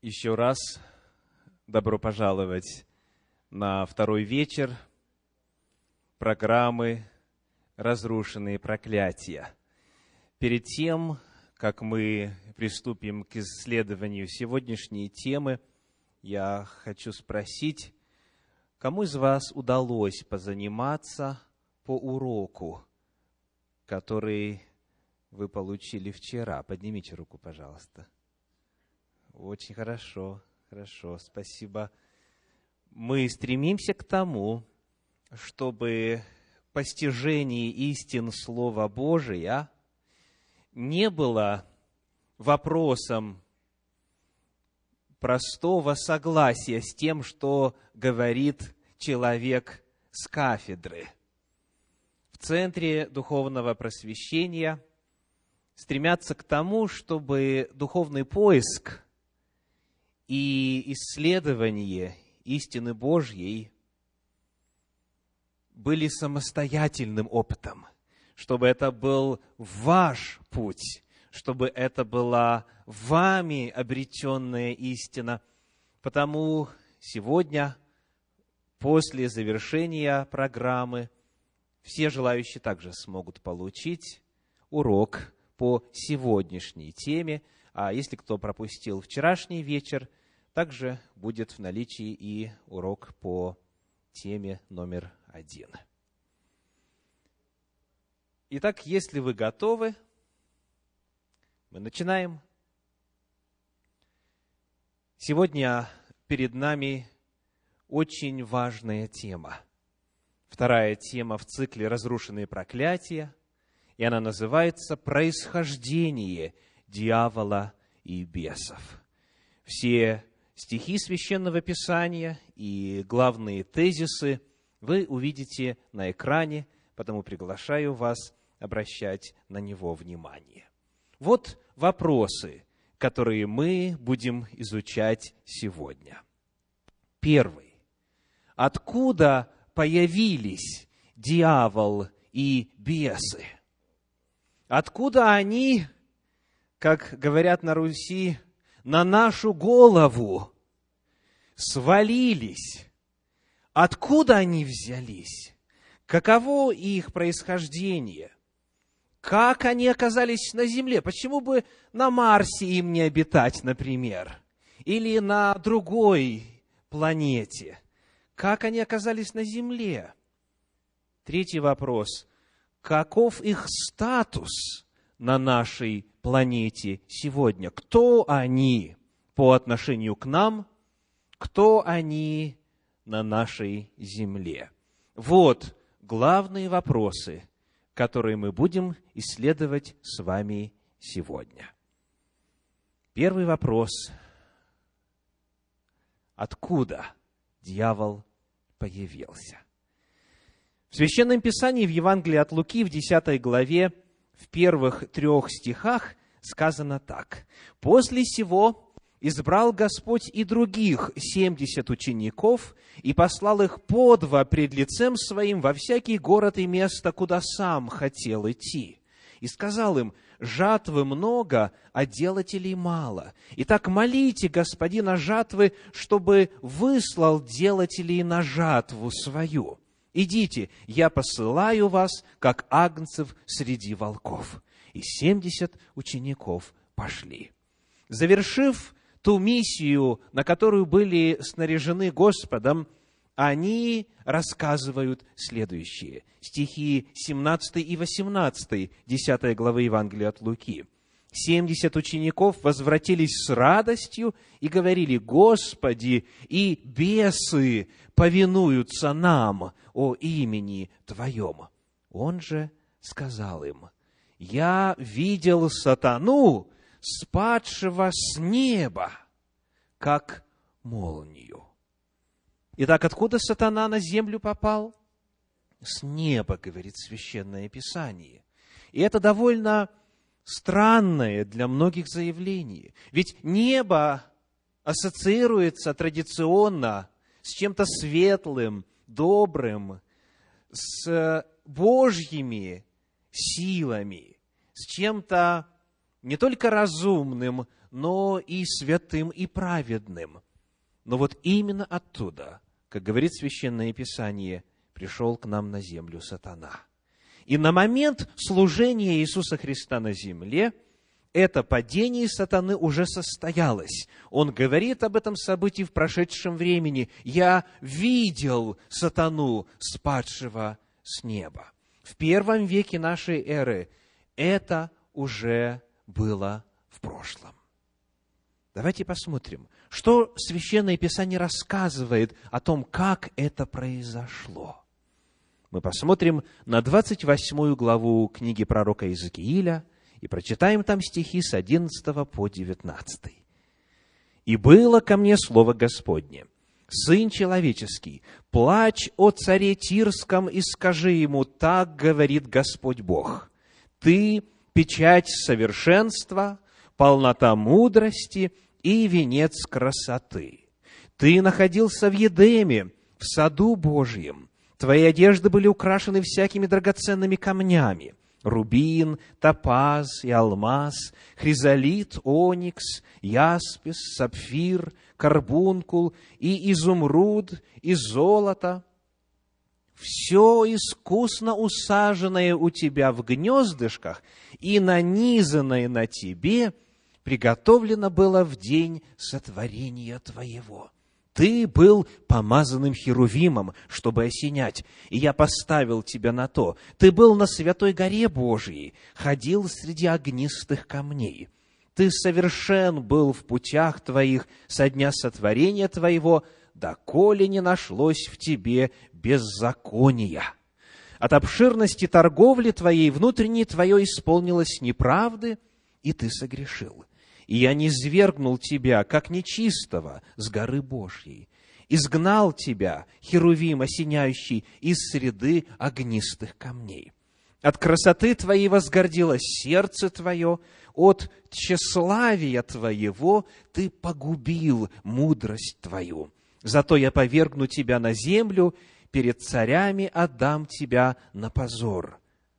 Еще раз добро пожаловать на второй вечер программы «Разрушенные проклятия». Перед тем, как мы приступим к исследованию сегодняшней темы, я хочу спросить, кому из вас удалось позаниматься по уроку, который вы получили вчера? Поднимите руку, пожалуйста. Очень хорошо, спасибо. Мы стремимся к тому, чтобы постижение истин Слова Божия не было вопросом простого согласия с тем, что говорит человек с кафедры. В Центре духовного просвещения стремятся к тому, чтобы духовный поиск и исследование истины Божьей были самостоятельным опытом, чтобы это был ваш путь, чтобы это была вами обретенная истина. Потому сегодня, после завершения программы, все желающие также смогут получить урок по сегодняшней теме. А если кто пропустил вчерашний вечер, также будет в наличии и урок по теме номер 1. Итак, если вы готовы, мы начинаем. Сегодня перед нами очень важная тема. Вторая тема в цикле «Разрушенные проклятия», и она называется «Происхождение дьявола и бесов». Все стихи Священного Писания и главные тезисы вы увидите на экране, потому приглашаю вас обращать на него внимание. Вот вопросы, которые мы будем изучать сегодня. Первый. Откуда появились дьявол и бесы? Откуда они, как говорят на Руси, на нашу голову свалились? Откуда они взялись? Каково их происхождение? Как они оказались на Земле? Почему бы на Марсе им не обитать, например? Или на другой планете? Как они оказались на Земле? Третий вопрос. Каков их статус на нашей планете сегодня? Кто они по отношению к нам? Кто они на нашей Земле? Вот главные вопросы, которые мы будем исследовать с вами сегодня. Первый вопрос. Откуда дьявол появился? В Священном Писании, в Евангелии от Луки, в 10 главе, в первых 3 стихах сказано так. «После сего избрал Господь и других 70 учеников, и послал их по 2 пред лицем Своим во всякий город и место, куда сам хотел идти. И сказал им: жатвы много, а делателей мало. Итак, молите Господина жатвы, чтобы выслал делателей на жатву свою. Идите, я посылаю вас, как агнцев среди волков». И 70 учеников пошли. Завершив ту миссию, на которую были снаряжены Господом, они рассказывают следующее. Стихи 17 и 18, 10 главы Евангелия от Луки. 70 учеников возвратились с радостью и говорили: «Господи, и бесы повинуются нам о имени Твоем». Он же сказал им: «Я видел сатану, спадшего с неба, как молнию». Итак, откуда сатана на землю попал? С неба, говорит Священное Писание. И это довольно странное для многих заявление. Ведь небо ассоциируется традиционно с чем-то светлым, добрым, с Божьими силами, с чем-то не только разумным, но и святым и праведным. Но вот именно оттуда, как говорит Священное Писание, пришел к нам на землю сатана. И на момент служения Иисуса Христа на земле это падение сатаны уже состоялось. Он говорит об этом событии в прошедшем времени. «Я видел сатану, спадшего с неба». В первом веке нашей эры это уже было в прошлом. Давайте посмотрим, что Священное Писание рассказывает о том, как это произошло. Мы посмотрим на 28 главу книги пророка Иезекииля и прочитаем там стихи с 11 по 19. «И было ко мне слово Господне: Сын человеческий, плачь о царе Тирском и скажи ему: так говорит Господь Бог. Ты печать совершенства, полнота мудрости и венец красоты. Ты находился в Едеме, в саду Божьем. Твои одежды были украшены всякими драгоценными камнями: рубин, топаз и алмаз, хризолит, оникс, яспис, сапфир, карбункул и изумруд, и золото. Все искусно усаженное у тебя в гнездышках и нанизанное на тебе приготовлено было в день сотворения твоего. Ты был помазанным херувимом, чтобы осенять, и я поставил тебя на то. Ты был на святой горе Божией, ходил среди огнистых камней. Ты совершен был в путях твоих со дня сотворения твоего, доколе не нашлось в тебе беззакония. От обширности торговли твоей внутреннее твое исполнилось неправды, и ты согрешил. И я низвергнул тебя, как нечистого, с горы Божьей, изгнал тебя, херувим осеняющий, из среды огнистых камней. От красоты твоей возгордилось сердце твое, от тщеславия твоего ты погубил мудрость твою. Зато я повергну тебя на землю, перед царями отдам тебя на позор.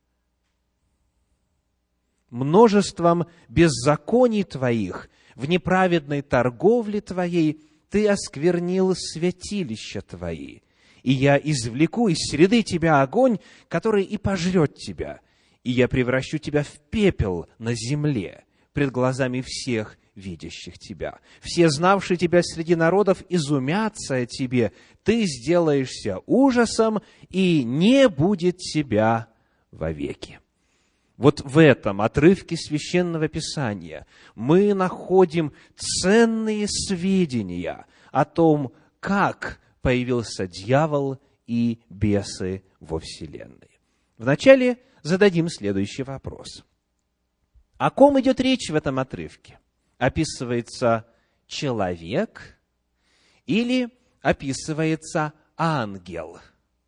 Множеством беззаконий твоих, в неправедной торговле твоей ты осквернил святилища твои. И я извлеку из среды тебя огонь, который и пожрет тебя, и я превращу тебя в пепел на земле пред глазами всех видящих тебя. Все, знавшие тебя среди народов, изумятся о тебе. Ты сделаешься ужасом, и не будет тебя вовеки». Вот в этом отрывке Священного Писания мы находим ценные сведения о том, как появился дьявол и бесы во Вселенной. Вначале зададим следующий вопрос. О ком идет речь в этом отрывке? Описывается человек или описывается ангел?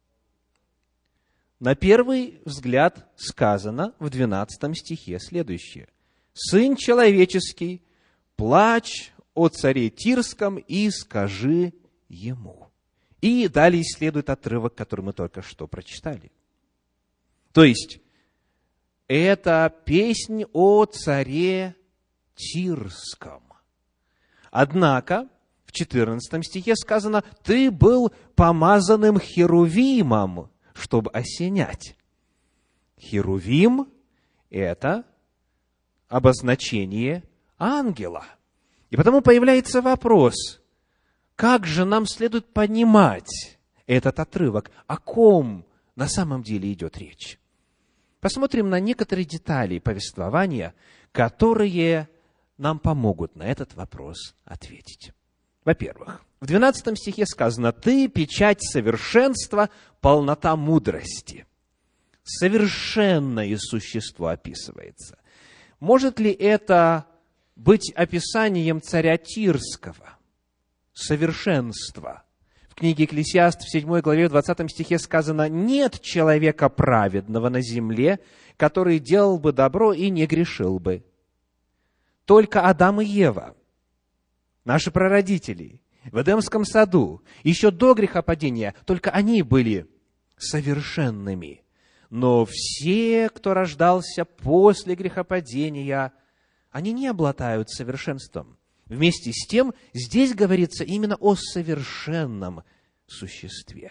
На первый взгляд сказано в 12 стихе следующее. «Сын человеческий, плачь о царе Тирском и скажи ему». И далее следует отрывок, который мы только что прочитали. То есть, это песнь о царе Тирском. Однако, в 14 стихе сказано: «Ты был помазанным херувимом, чтобы осенять». Херувим – это обозначение ангела. И потому появляется вопрос, как же нам следует понимать этот отрывок, о ком на самом деле идет речь. Посмотрим на некоторые детали повествования, которые нам помогут на этот вопрос ответить. Во-первых, в 12 стихе сказано: «Ты печать совершенства, полнота мудрости». Совершенное существо описывается. Может ли это быть описанием царя Тирского? Совершенство. В книге Екклесиаст в 7 главе 20 стихе сказано: «Нет человека праведного на земле, который делал бы добро и не грешил бы». Только Адам и Ева, наши прародители, в Эдемском саду, еще до грехопадения, только они были совершенными. Но все, кто рождался после грехопадения, они не обладают совершенством. Вместе с тем, здесь говорится именно о совершенном существе.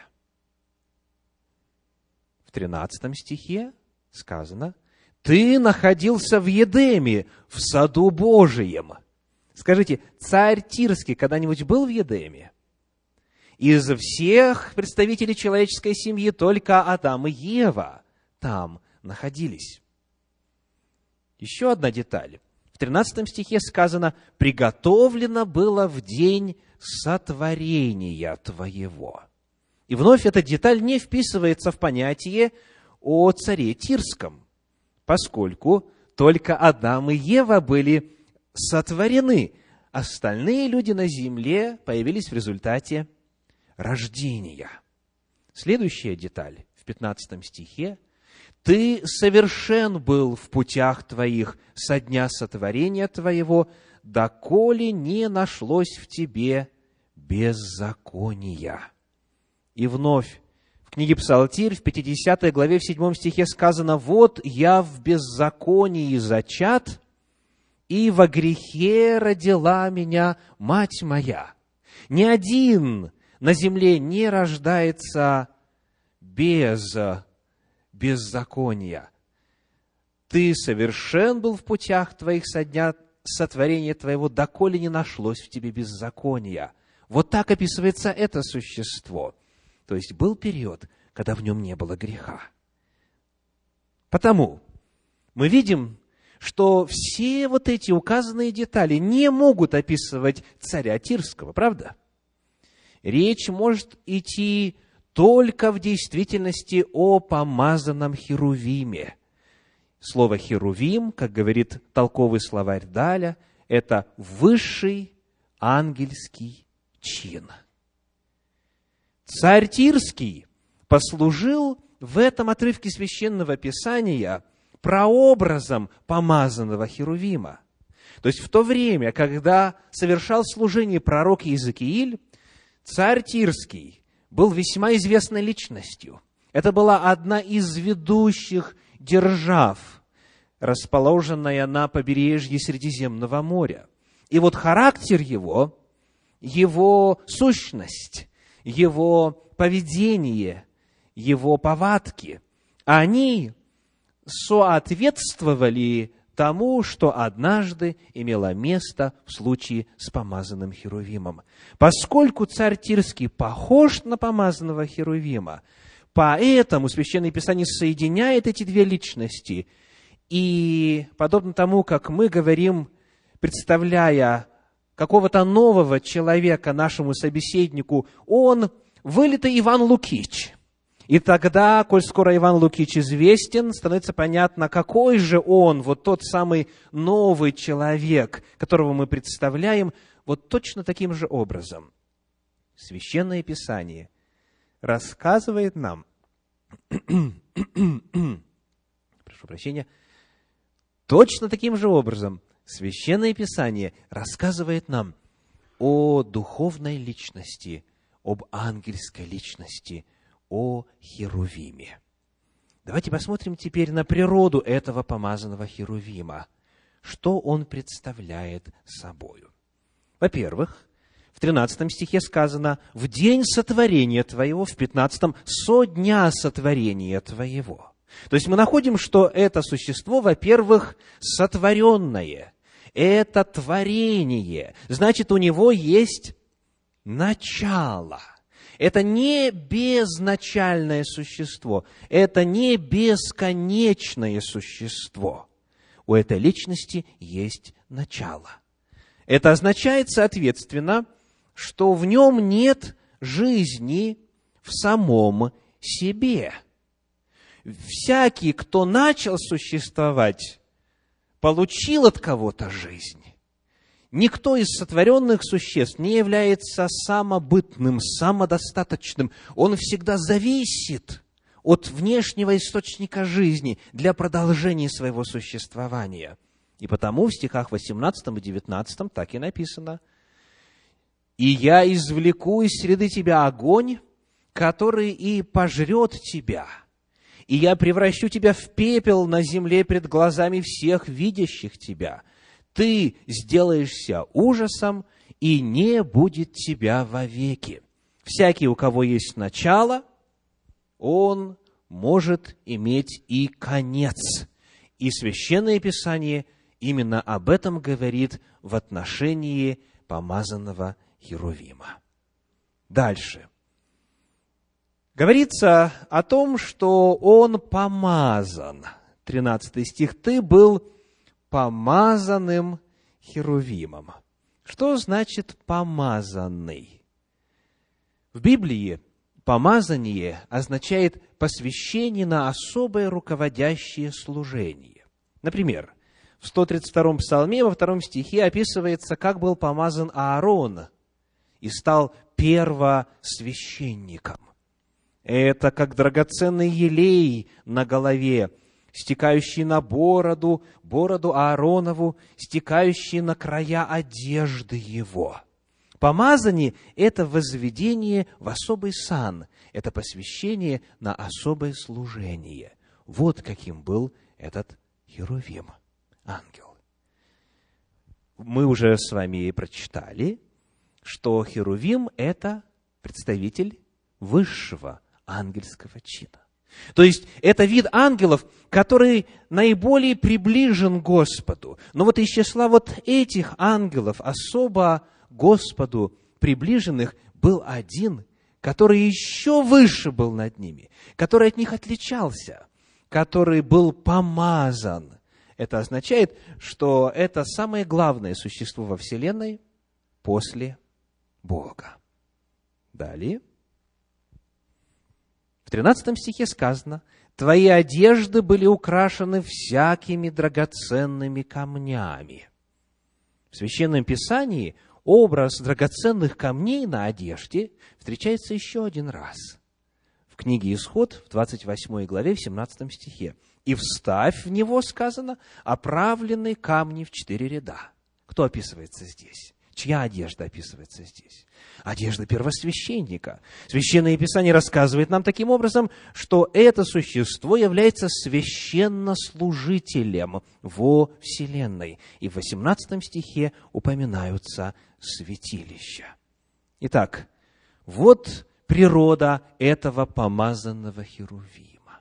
В 13 стихе сказано: «Ты находился в Едеме, в саду Божием». Скажите, царь Тирский когда-нибудь был в Едеме? Из всех представителей человеческой семьи только Адам и Ева там находились. Еще одна деталь. В 13 стихе сказано: «Приготовлено было в день сотворения твоего». И вновь эта деталь не вписывается в понятие о царе Тирском, поскольку только Адам и Ева были сотворены. Остальные люди на земле появились в результате рождения. Следующая деталь в 15 стихе: «Ты совершен был в путях твоих со дня сотворения твоего, доколе не нашлось в тебе беззакония». И вновь в книге Псалтирь, в 50 главе, в 7 стихе сказано: «Вот я в беззаконии зачат, и во грехе родила меня мать моя». Ни один на земле не рождается без беззакония. Ты совершен был в путях твоих со дня сотворения твоего, доколе не нашлось в тебе беззакония. Вот так описывается это существо. То есть был период, когда в нем не было греха. Потому мы видим, что все вот эти указанные детали не могут описывать царя Тирского, правда? Речь может идти только в действительности о помазанном Херувиме. Слово «херувим», как говорит толковый словарь Даля, это высший ангельский чин. Царь Тирский послужил в этом отрывке Священного Писания прообразом помазанного Херувима. То есть в то время, когда совершал служение пророк Иезекииль, царь Тирский был весьма известной личностью. Это была одна из ведущих держав, расположенная на побережье Средиземного моря. И вот характер его, его сущность, его поведение, его повадки, они соответствовали тому, что однажды имело место в случае с помазанным Херувимом. Поскольку царь Тирский похож на помазанного Херувима, поэтому Священное Писание соединяет эти две личности. И подобно тому, как мы говорим, представляя какого-то нового человека нашему собеседнику, он вылитый Иван Лукич. И тогда, коль скоро Иван Лукич известен, становится понятно, какой же он, вот тот самый новый человек, которого мы представляем, вот точно таким же образом. Священное Писание рассказывает нам, прошу прощения, точно таким же образом Священное Писание рассказывает нам о духовной личности, об ангельской личности, о Херувиме. Давайте посмотрим теперь на природу этого помазанного Херувима. Что он представляет собою? Во-первых, в 13 стихе сказано: «В день сотворения твоего», в 15 «со дня сотворения твоего». То есть мы находим, что это существо, во-первых, сотворенное. Это творение. Значит, у него есть начало. Это не безначальное существо. Это не бесконечное существо. У этой личности есть начало. Это означает, соответственно, что в нем нет жизни в самом себе. Всякий, кто начал существовать, получил от кого-то жизнь. Никто из сотворенных существ не является самобытным, самодостаточным. Он всегда зависит от внешнего источника жизни для продолжения своего существования. И потому в стихах 18 и 19 так и написано: «И я извлеку из среды тебя огонь, который и пожрет тебя, и я превращу тебя в пепел на земле пред глазами всех видящих тебя. ты сделаешься ужасом, и не будет тебя вовеки. Всякий, у кого есть начало, он может иметь и конец. И Священное Писание именно об этом говорит в отношении помазанного Херувима. Дальше. Говорится о том, что он помазан. 13 стих. Ты был помазанным Херувимом. Что значит помазанный? В Библии помазание означает посвящение на особое руководящее служение. Например, в 132-м псалме, во 2 стихе описывается, как был помазан Аарон и стал первосвященником. Это как драгоценный елей на голове, стекающий на бороду Ааронову, стекающий на края одежды его. Помазание – это возведение в особый сан, это посвящение на особое служение. Вот каким был этот Херувим, ангел. Мы уже с вами прочитали, что Херувим – это представитель высшего ангельского чина. То есть, это вид ангелов, который наиболее приближен к Господу. Но вот из числа вот этих ангелов, особо Господу приближенных, был один, который еще выше был над ними, который от них отличался, который был помазан. Это означает, что это самое главное существо во Вселенной после Бога. Далее. В 13 стихе сказано: «Твои одежды были украшены всякими драгоценными камнями». В Священном Писании образ драгоценных камней на одежде встречается еще один раз. В книге Исход, в 28 главе, в 17 стихе. «И вставь в него, сказано, оправленные камни в 4 ряда». Кто описывается здесь? Чья одежда описывается здесь? Одежда первосвященника. Священное Писание рассказывает нам таким образом, что это существо является священнослужителем во Вселенной. И в 18 стихе упоминаются святилища. Итак, вот природа этого помазанного Херувима.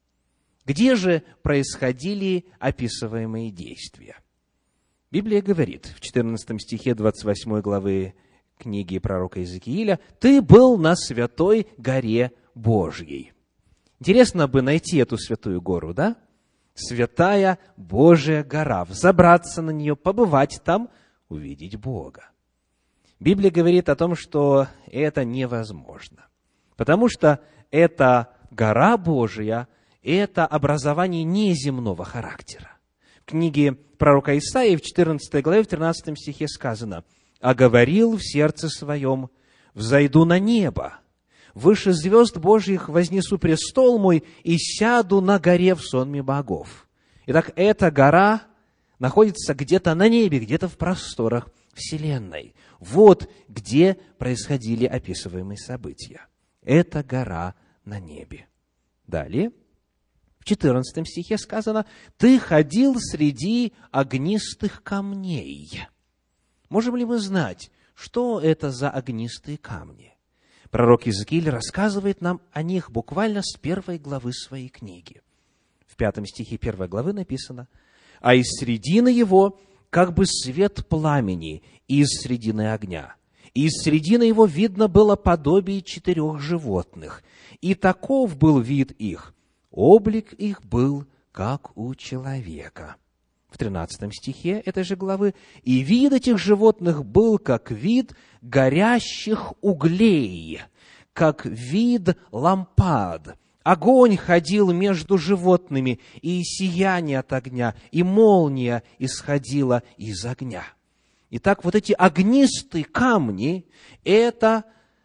Где же происходили описываемые действия? Библия говорит в 14 стихе 28 главы книги пророка Иезекииля: «Ты был на святой горе Божьей». Интересно бы найти эту святую гору, да? Святая Божья гора, взобраться на нее, побывать там, увидеть Бога. Библия говорит о том, что это невозможно, потому что эта гора Божия – это образование неземного характера. В книге пророка Исаии в 14 главе, в 13 стихе сказано: «А говорил в сердце своем: взойду на небо, выше звезд Божьих вознесу престол мой и сяду на горе в сонме богов». Итак, эта гора находится где-то на небе, где-то в просторах Вселенной. Вот где происходили описываемые события. Это гора на небе. Далее. В 14 стихе сказано: «Ты ходил среди огнистых камней». Можем ли мы знать, что это за огнистые камни? Пророк Иезекииль рассказывает нам о них буквально с 1 главы своей книги. В 5 стихе 1 главы написано: «А из средины его как бы свет пламени из средины огня, и из средины его видно было подобие 4 животных, и таков был вид их. Облик их был, как у человека». В 13 стихе этой же главы: «И вид этих животных был, как вид горящих углей, как вид лампад. Огонь ходил между животными, и сияние от огня, и молния исходила из огня». Итак, вот эти огнистые камни – это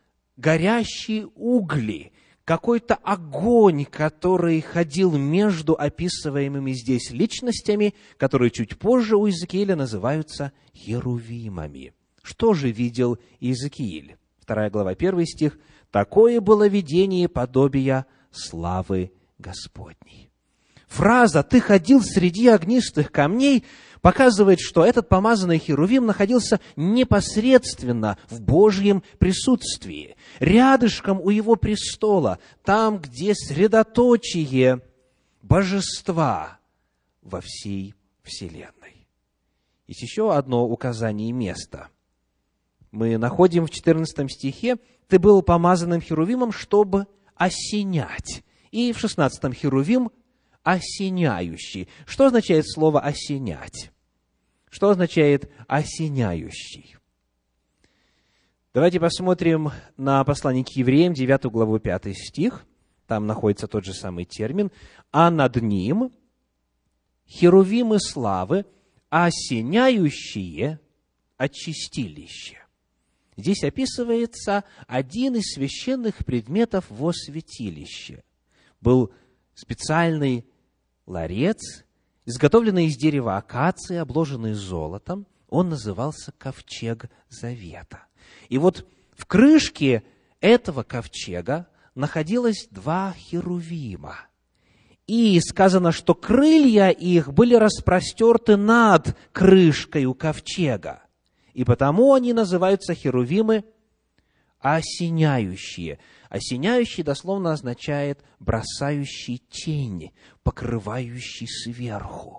горящие угли, какой-то огонь, который ходил между описываемыми здесь личностями, которые чуть позже у Иезекииля называются херувимами. Что же видел Иезекииль? 2 глава, 1 стих. «Такое было видение подобия славы Господней». Фраза «ты ходил среди огнистых камней» показывает, что этот помазанный херувим находился непосредственно в Божьем присутствии, рядышком у его престола, там, где средоточие божества во всей вселенной. Есть еще одно указание места. Мы находим в 14 стихе: «Ты был помазанным херувимом, чтобы осенять». И в 16 херувим осеняющий. Что означает слово «осенять»? Что означает «осеняющий»? Давайте посмотрим на послание к евреям, 9 главу, 5 стих. Там находится тот же самый термин. «А над ним херувимы славы, осеняющие от чистилища». Здесь описывается один из священных предметов во святилище. Был специальный ларец, изготовленный из дерева акации, обложенный золотом. Он назывался ковчег завета. И вот в крышке этого ковчега находилось 2 херувима. И сказано, что крылья их были распростерты над крышкой у ковчега. И потому они называются херувимы осеняющие. Осеняющий дословно означает бросающий тень, покрывающий сверху.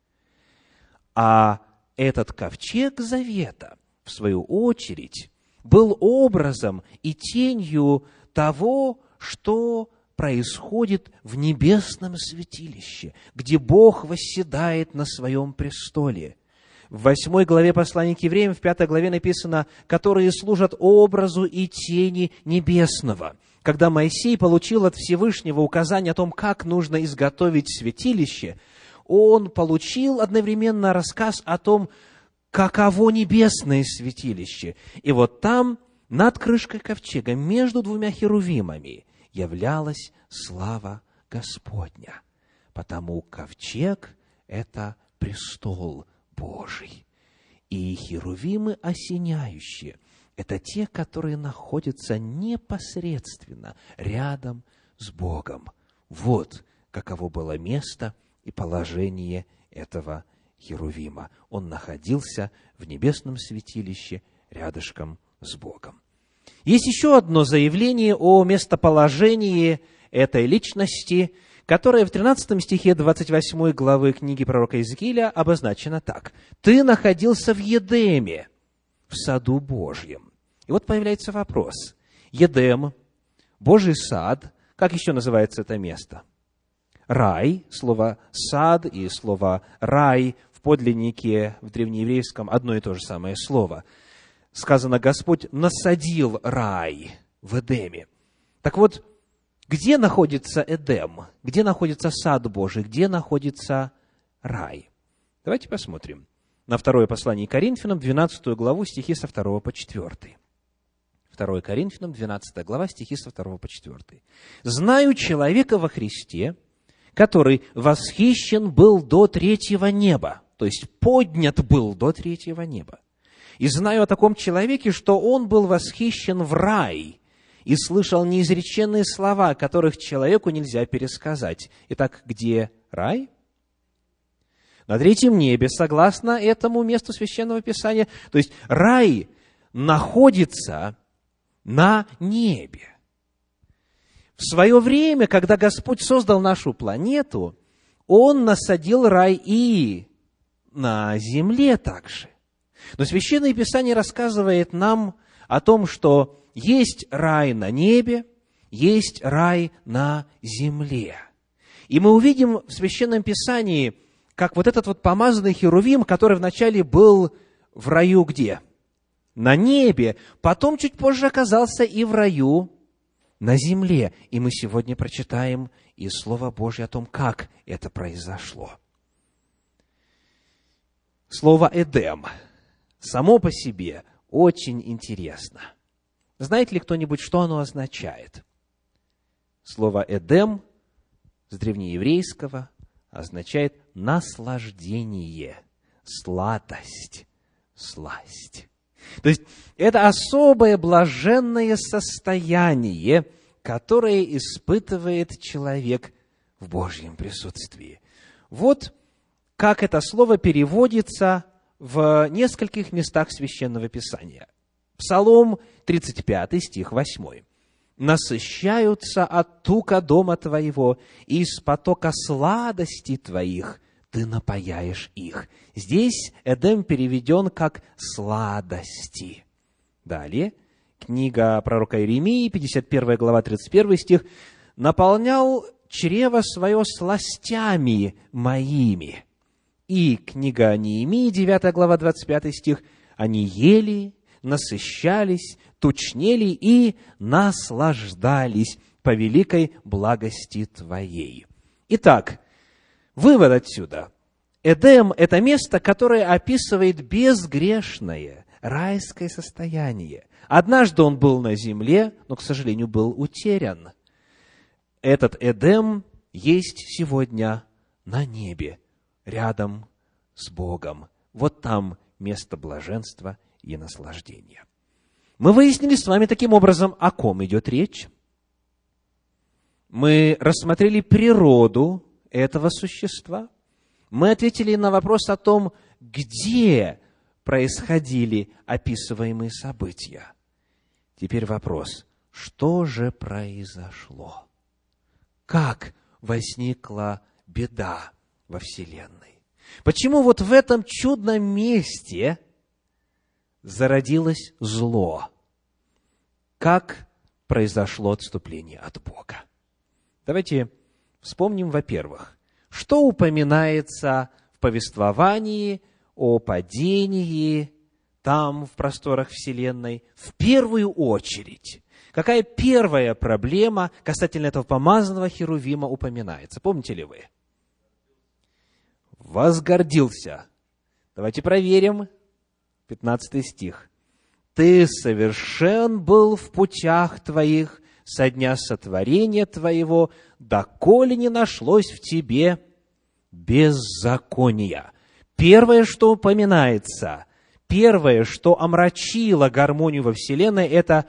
А этот ковчег завета, в свою очередь, был образом и тенью того, что происходит в небесном святилище, где Бог восседает на своем престоле. В 8 главе послания к евреям, в 5 главе написано: «которые служат образу и тени небесного». Когда Моисей получил от Всевышнего указание о том, как нужно изготовить святилище, он получил одновременно рассказ о том, каково небесное святилище. И вот там, над крышкой ковчега, между 2 херувимами, являлась слава Господня. Потому ковчег – это престол Божий. И херувимы осеняющие – это те, которые находятся непосредственно рядом с Богом. Вот каково было место и положение этого херувима. Он находился в небесном святилище рядышком с Богом. Есть еще одно заявление о местоположении этой личности, которое в 13 стихе 28 главы книги пророка Иезекииля обозначено так: «Ты находился в Едеме, в саду Божьем». И вот появляется вопрос. Едем, Божий сад, как еще называется это место? Рай, слово «сад» и слово «рай» в подлиннике, в древнееврейском одно и то же самое слово. Сказано: Господь насадил рай в Эдеме. Так вот, где находится Эдем? Где находится сад Божий? Где находится рай? Давайте посмотрим на 2 послание Коринфянам, 12 главу, стихи со 2 по 4. 2 Коринфянам, 12 глава, стихи со 2 по 4. «Знаю человека во Христе, который восхищен был до 3-го неба», то есть поднят был до 3-го неба. «И знаю о таком человеке, что он был восхищен в рай и слышал неизреченные слова, которых человеку нельзя пересказать». Итак, где рай? На 3-м небе, согласно этому месту Священного Писания. То есть рай находится на небе. В свое время, когда Господь создал нашу планету, Он насадил рай и на земле также. Но Священное Писание рассказывает нам о том, что есть рай на небе, есть рай на земле. И мы увидим в Священном Писании, как вот этот вот помазанный херувим, который вначале был в раю где? На небе, потом чуть позже оказался и в раю на земле. И мы сегодня прочитаем из Слова Божьего о том, как это произошло. Слово «Эдем» само по себе очень интересно. Знает ли кто-нибудь, что оно означает? Слово «Эдем» с древнееврейского означает наслаждение, сладость, сласть. То есть это особое блаженное состояние, которое испытывает человек в Божьем присутствии. Вот как это слово переводится в нескольких местах Священного Писания. Псалом 35, стих 8. «Насыщаются от тука дома твоего, и из потока сладостей твоих ты напояешь их». Здесь Эдем переведен как «сладости». Далее, книга пророка Иеремии, 51 глава, 31 стих. «Наполнял чрево свое сластями моими». И книга Неемии, 9 глава, 25 стих. «Они ели, насыщались, тучнели и наслаждались по великой благости Твоей». Итак, вывод отсюда. Эдем – это место, которое описывает безгрешное, райское состояние. Однажды он был на земле, но, к сожалению, был утерян. Этот Эдем есть сегодня на небе, рядом с Богом. Вот там место блаженства и наслаждения. Мы выяснили с вами таким образом, о ком идет речь. Мы рассмотрели природу этого существа. Мы ответили на вопрос о том, где происходили описываемые события. Теперь вопрос, что же произошло? Как возникла беда во Вселенной? Почему вот в этом чудном месте зародилось зло? Как произошло отступление от Бога? Давайте вспомним, во-первых, что упоминается в повествовании о падении там, в просторах Вселенной, в первую очередь. Какая первая проблема касательно этого помазанного херувима упоминается? Помните ли вы? Возгордился. Давайте проверим. 15 стих. «Ты совершен был в путях твоих со дня сотворения твоего, доколе не нашлось в тебе беззакония». Первое, что упоминается, первое, что омрачило гармонию во Вселенной, это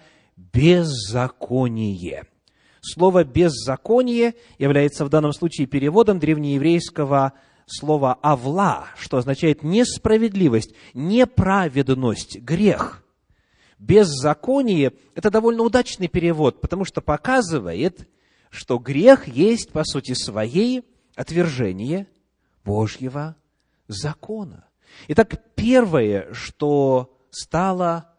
беззаконие. Слово «беззаконие» является в данном случае переводом древнееврейского слова «авла», что означает несправедливость, неправедность, грех. Беззаконие – это довольно удачный перевод, потому что показывает, что грех есть, по сути своей, отвержение Божьего закона. Итак, первое, что стало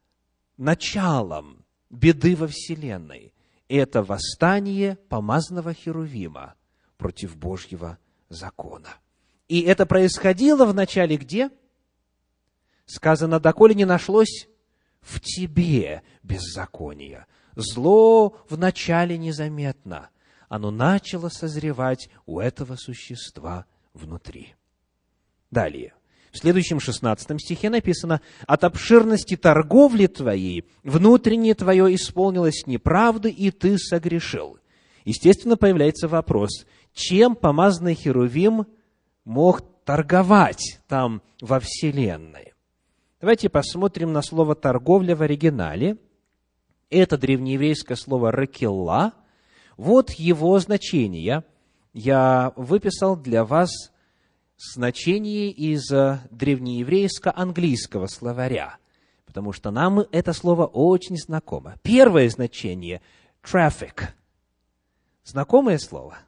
началом беды во Вселенной, это восстание помазанного херувима против Божьего закона. И это происходило вначале где? Сказано, доколе не нашлось в тебе беззакония. Зло вначале незаметно. Оно начало созревать у этого существа внутри. Далее. В следующем 16 стихе написано: «От обширности торговли твоей внутреннее твое исполнилось неправды, и ты согрешил». Естественно, появляется вопрос, чем помазанный херувим мог торговать там во Вселенной? Давайте посмотрим на слово «торговля» в оригинале. Это древнееврейское слово «ракелла». Вот его значение. Я выписал для вас значение из древнееврейско-английского словаря, потому что нам это слово очень знакомо. Первое значение – traffic. Знакомое слово?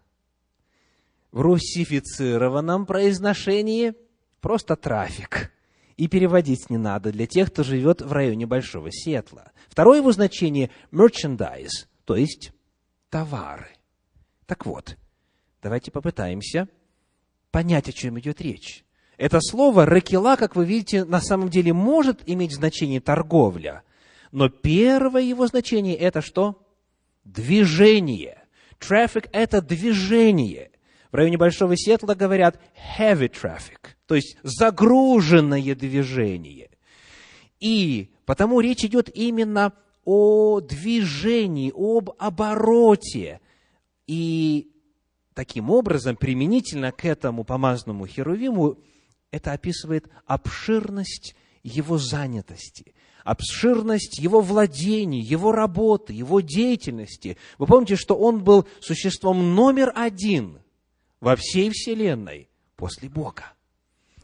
В руссифицированном произношении просто трафик. И переводить не надо для тех, кто живет в районе Большого Сиэтла. Второе его значение – merchandise, то есть товары. Так вот, давайте попытаемся понять, о чем идет речь. Это слово «ракела», как вы видите, на самом деле может иметь значение «торговля», но первое его значение – это что? Движение. Traffic – это движение. В районе Большого Сиэтла говорят heavy traffic, то есть загруженное движение. И потому речь идет именно о движении, об обороте. И таким образом, применительно к этому помазанному херувиму, это описывает обширность его занятости, обширность его владений, его работы, его деятельности. Вы помните, что он был существом номер один во всей Вселенной после Бога.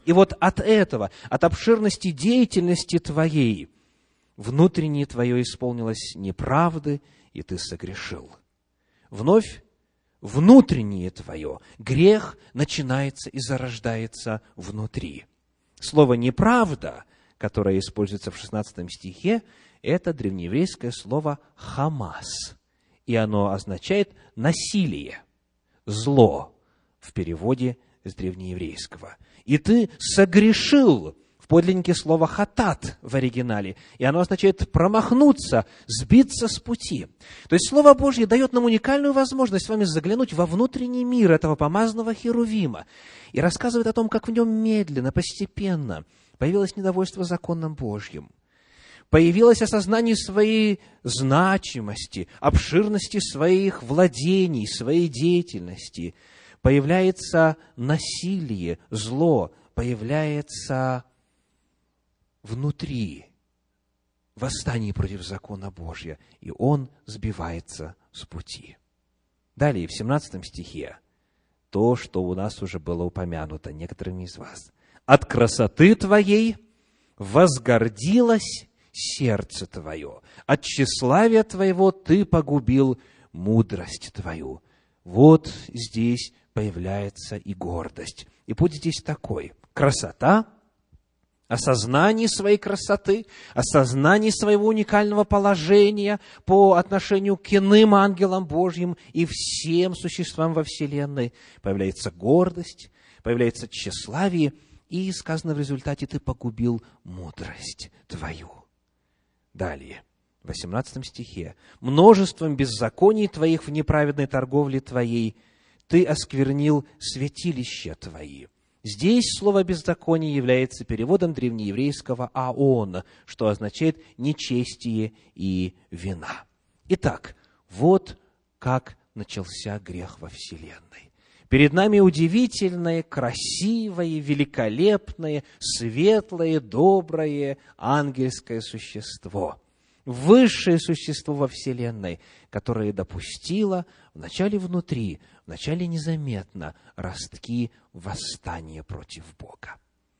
И вот от этого, от обширности деятельности твоей, внутреннее твое исполнилось неправды, и ты согрешил. Вновь внутреннее твое, грех начинается и зарождается внутри. Слово «неправда», которое используется в 16 стихе, это древнееврейское слово «хамас», и оно означает «насилие», «зло» в переводе с древнееврейского. И ты согрешил, в подлиннике слово «хатат» в оригинале, и оно означает промахнуться, сбиться с пути. То есть Слово Божье дает нам уникальную возможность с вами заглянуть во внутренний мир этого помазанного Херувима и рассказывает о том, как в нем медленно, постепенно появилось недовольство законом Божьим, появилось осознание своей значимости, обширности своих владений, своей деятельности, появляется насилие, зло, появляется внутри восстание против закона Божия, и он сбивается с пути. Далее, в 17 стихе, то, что у нас уже было упомянуто некоторыми из вас. «От красоты твоей возгордилось сердце твое, от тщеславия твоего ты погубил мудрость твою». Вот здесь появляется и гордость. И путь здесь такой. Красота, осознание своей красоты, осознание своего уникального положения по отношению к иным ангелам Божьим и всем существам во Вселенной. Появляется гордость, появляется тщеславие, и сказано в результате: ты погубил мудрость твою. Далее, в 18 стихе. Множеством беззаконий твоих в неправедной торговле твоей ты осквернил святилища твои. Здесь слово «беззаконие» является переводом древнееврейского «аон», что означает «нечестие и вина». Итак, вот как начался грех во Вселенной. Перед нами удивительное, красивое, великолепное, светлое, доброе ангельское существо. Высшее существо во Вселенной, которое допустило вначале внутри, вначале незаметно ростки восстания против Бога.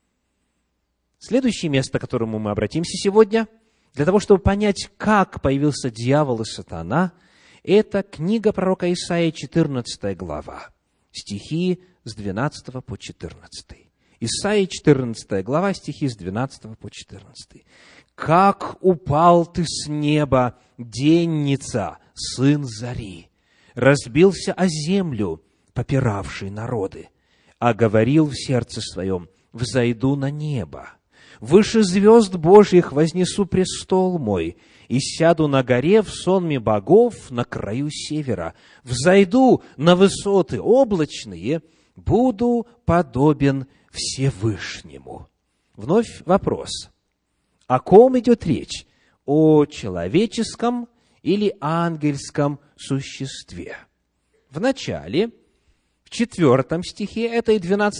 Следующее место, к которому мы обратимся сегодня, для того, чтобы понять, как появился дьявол и сатана, это книга пророка Исаии, 14 глава, стихи с 12 по 14. Исаии, 14 глава, стихи с 12 по 14. «Как упал ты с неба, денница, сын зари! Разбился о землю, попиравший народы, а говорил в сердце своем: взойду на небо. Выше звезд Божьих вознесу престол мой, и сяду на горе в сонме богов на краю севера. Взойду на высоты облачные, буду подобен Всевышнему». Вновь вопрос. О ком идет речь? О человеческом или ангельском существе? В начале, в 4 стихе этой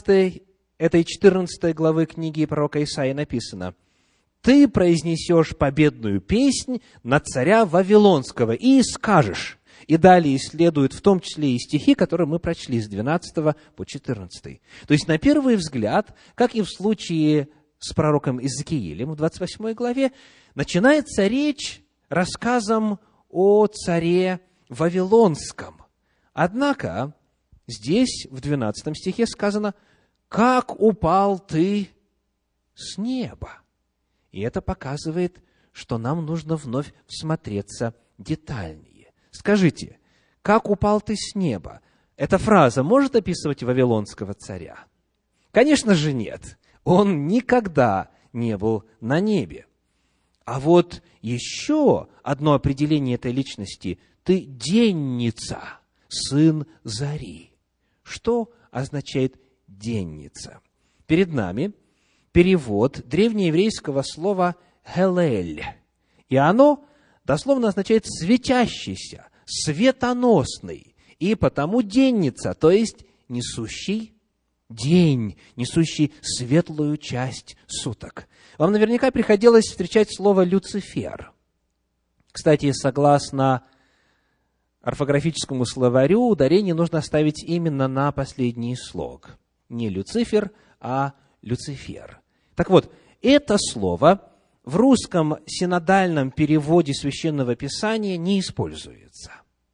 14 главы книги пророка Исаии написано: «Ты произнесешь победную песнь на царя Вавилонского и скажешь». И далее следуют в том числе и стихи, которые мы прочли с 12 по 14. То есть, на первый взгляд, как и в случае с пророком Иезекиилем в 28 главе, начинается речь рассказом о царе Вавилонском. Однако, здесь в 12 стихе сказано: «Как упал ты с неба». И это показывает, что нам нужно вновь всмотреться детальнее. Скажите, как упал ты с неба? Эта фраза может описывать вавилонского царя? Конечно же нет. Он никогда не был на небе. А вот еще одно определение этой личности: ты денница, сын зари. Что означает денница? Перед нами перевод древнееврейского слова «хелель». И оно дословно означает «светящийся», «светоносный». И потому денница, то есть несущий день, несущий светлую часть суток. Вам наверняка приходилось встречать слово «Люцифер». Кстати, согласно орфографическому словарю, ударение нужно ставить именно на последний слог. Не Люцифер, а Люцифер. Так вот, это слово в русском синодальном переводе Священного Писания не используется.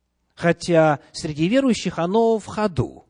Хотя среди верующих оно в ходу.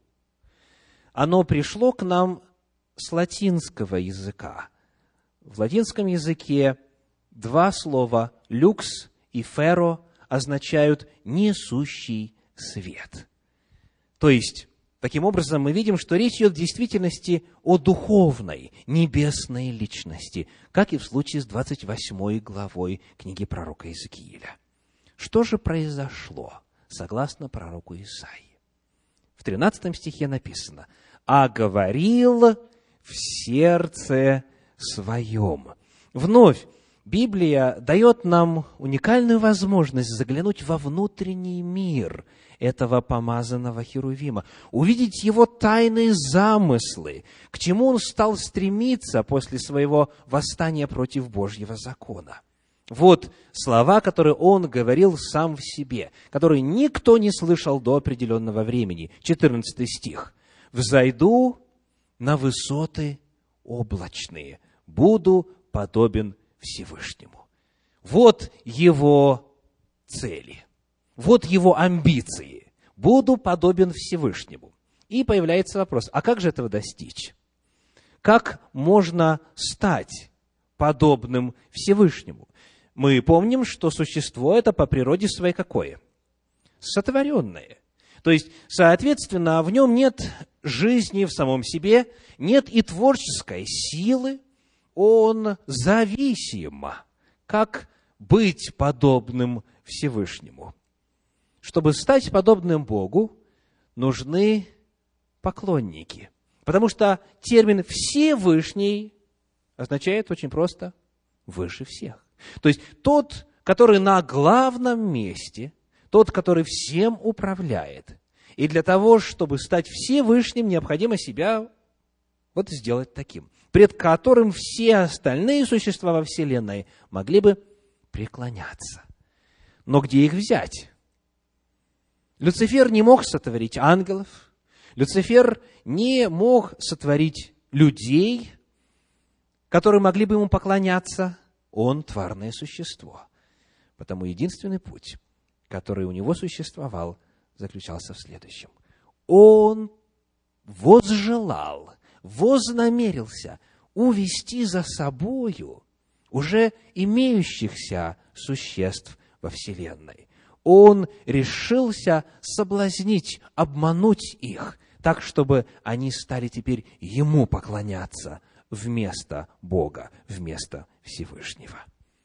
Оно пришло к нам с латинского языка. В латинском языке два слова «люкс» и «феро» означают «несущий свет». То есть, таким образом, мы видим, что речь идет в действительности о духовной, небесной личности, как и в случае с 28 главой книги пророка Иезекииля. Что же произошло, согласно пророку Исаии? В 13 стихе написано: «А говорил в сердце своем». Вновь Библия дает нам уникальную возможность заглянуть во внутренний мир этого помазанного Херувима, увидеть его тайные замыслы, к чему он стал стремиться после своего восстания против Божьего закона. Вот слова, которые он говорил сам в себе, которые никто не слышал до определенного времени. 14 стих. «Взойду на высоты облачные, буду подобен Всевышнему». Вот его цели, вот его амбиции. Буду подобен Всевышнему. И появляется вопрос, а как же этого достичь? Как можно стать подобным Всевышнему? Мы помним, что существо это по природе своей какое? Сотворенное. То есть, соответственно, в нем нет жизни в самом себе, нет и творческой силы, он зависим. Как быть подобным Всевышнему? Чтобы стать подобным Богу, нужны поклонники. Потому что термин «Всевышний» означает очень просто «выше всех». То есть тот, который на главном месте, тот, который всем управляет. И для того, чтобы стать Всевышним, необходимо себя вот сделать таким, пред которым все остальные существа во Вселенной могли бы преклоняться. Но где их взять? Люцифер не мог сотворить ангелов, Люцифер не мог сотворить людей, которые могли бы ему поклоняться. Он тварное существо. Потому единственный путь, который у него существовал, заключался в следующем. Он возжелал, вознамерился увести за собою уже имеющихся существ во Вселенной. Он решился соблазнить, обмануть их, так, чтобы они стали теперь ему поклоняться вместо Бога, вместо Всевышнего.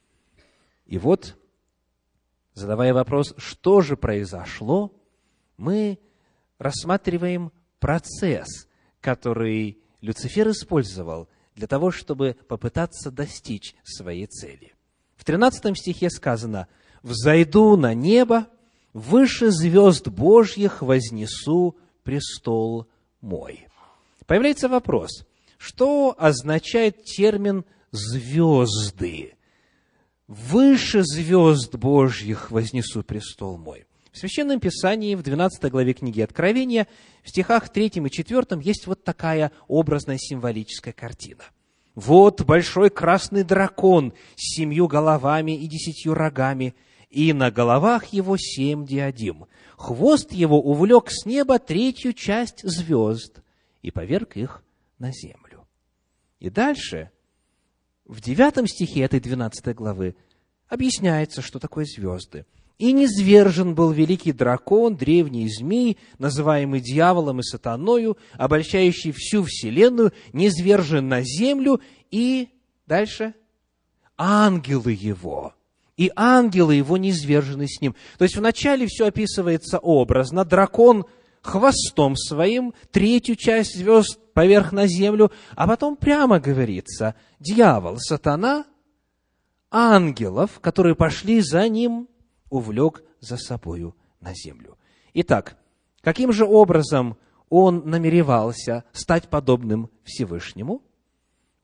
И вот, задавая вопрос, что же произошло, мы рассматриваем процесс, который Люцифер использовал для того, чтобы попытаться достичь своей цели. В 13 стихе сказано: «Взойду на небо, выше звезд Божьих вознесу престол мой». Появляется вопрос, что означает термин «звезды»? «Выше звезд Божьих вознесу престол мой». В Священном Писании, в 12 главе книги Откровения, в стихах 3 и 4 есть вот такая образная символическая картина. «Вот большой красный дракон с 7 головами и 10 рогами, и на головах его 7 диадим. Хвост его увлек с неба 3 часть звезд и поверг их на землю». И дальше, в 9 стихе этой 12 главы, объясняется, что такое звезды. «И низвержен был великий дракон, древний змей, называемый дьяволом и сатаною, обольщающий всю вселенную, низвержен на землю, и дальше ангелы его, и ангелы его низвержены с ним». То есть вначале все описывается образно. Дракон хвостом своим 3 часть звезд поверх на землю, а потом прямо говорится: дьявол, сатана, ангелов, которые пошли за ним, увлек за собою на землю. Итак, каким же образом он намеревался стать подобным Всевышнему?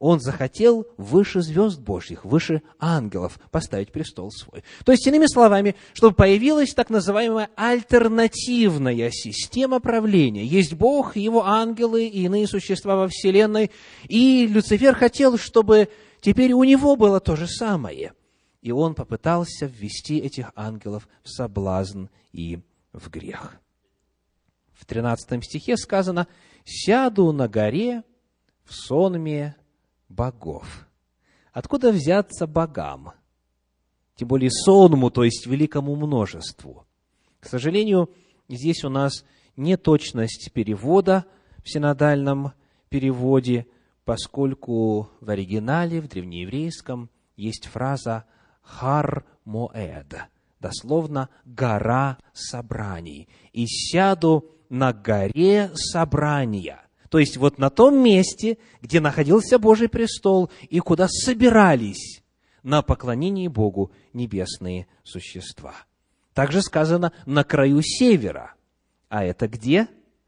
Он захотел выше звезд Божьих, выше ангелов поставить престол свой. То есть, иными словами, чтобы появилась так называемая альтернативная система правления. Есть Бог, Его ангелы и иные существа во Вселенной. И Люцифер хотел, чтобы теперь у него было то же самое. И он попытался ввести этих ангелов в соблазн и в грех. В 13 стихе сказано: «Сяду на горе в сонме богов». Откуда взяться богам? Тем более сонму, то есть великому множеству. К сожалению, здесь у нас неточность перевода в синодальном переводе, поскольку в оригинале, в древнееврейском, есть фраза «хар моэд», дословно «гора собраний». «И сяду на горе собрания». То есть вот на том месте, где находился Божий престол и куда собирались на поклонение Богу небесные существа. Также сказано «на краю севера». А это где?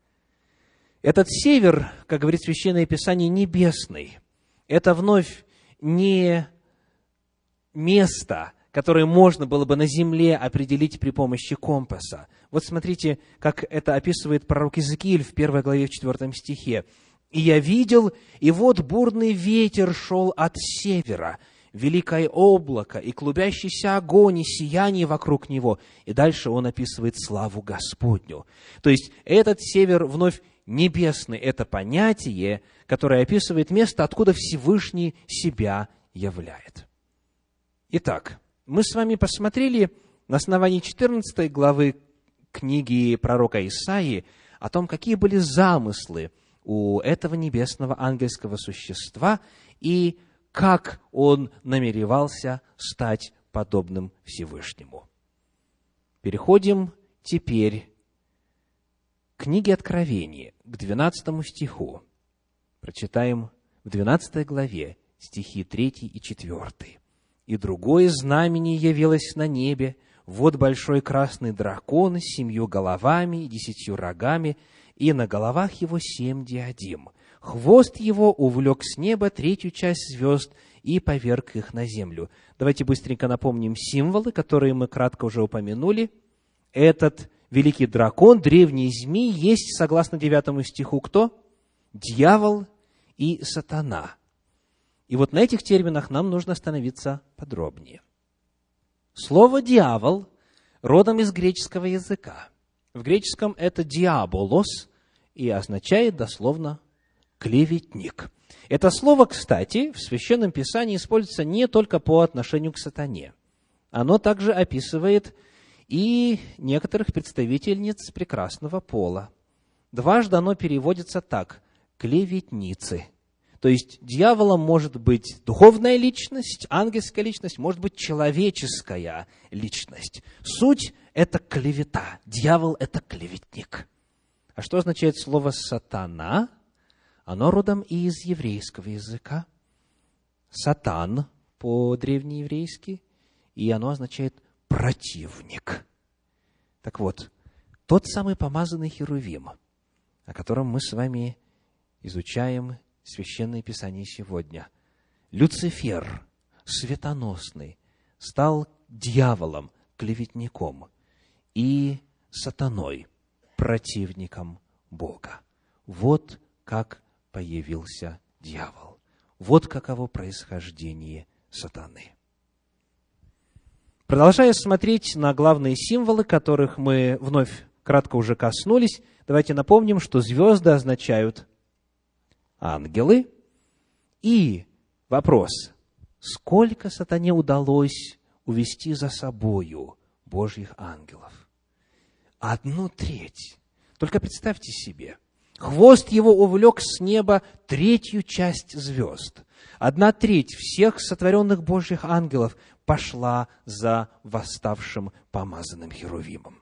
Этот север, как говорит Священное Писание, небесный. Это вновь не место, которое можно было бы на земле определить при помощи компаса. Вот смотрите, как это описывает пророк Иезекииль в 1 главе, в 4 стихе. «И я видел, и вот бурный ветер шел от севера, великое облако, и клубящийся огонь, и сияние вокруг него». И дальше он описывает славу Господню. То есть, этот север вновь небесный – это понятие, которое описывает место, откуда Всевышний себя являет. Итак, мы с вами посмотрели на основании 14 главы книги пророка Исаии о том, какие были замыслы у этого небесного ангельского существа и как он намеревался стать подобным Всевышнему. Переходим теперь к книге Откровения, к 12 стиху. Прочитаем в 12 главе стихи 3 и 4. «И другое знамение явилось на небе, вот большой красный дракон с 7 головами и 10 рогами, и на головах его 7 диадим. Хвост его увлек с неба 3 часть звезд и поверг их на землю». Давайте быстренько напомним символы, которые мы кратко уже упомянули. Этот великий дракон, древний змей, есть, согласно 9 стиху, кто? Дьявол и сатана. И вот на этих терминах нам нужно остановиться подробнее. Слово «дьявол» родом из греческого языка. В греческом это «диаболос» и означает дословно «клеветник». Это слово, кстати, в Священном Писании используется не только по отношению к сатане. Оно также описывает и некоторых представительниц прекрасного пола. Дважды оно переводится так – «клеветницы». То есть дьяволом может быть духовная личность, ангельская личность, может быть человеческая личность. Суть – это клевета. Дьявол – это клеветник. А что означает слово «сатана»? Оно родом и из еврейского языка. «Сатан» по-древнееврейски, и оно означает «противник». Так вот, тот самый помазанный Херувим, о котором мы с вами изучаем Священное Писание сегодня. Люцифер, светоносный, стал дьяволом, клеветником, и сатаной, противником Бога. Вот как появился дьявол. Вот каково происхождение сатаны. Продолжая смотреть на главные символы, которых мы вновь кратко уже коснулись, давайте напомним, что звезды означают ангелы. И вопрос, сколько сатане удалось увести за собою Божьих ангелов? 1/3. Только представьте себе, хвост его увлек с неба 3 часть звезд. 1/3 всех сотворенных Божьих ангелов пошла за восставшим помазанным Херувимом.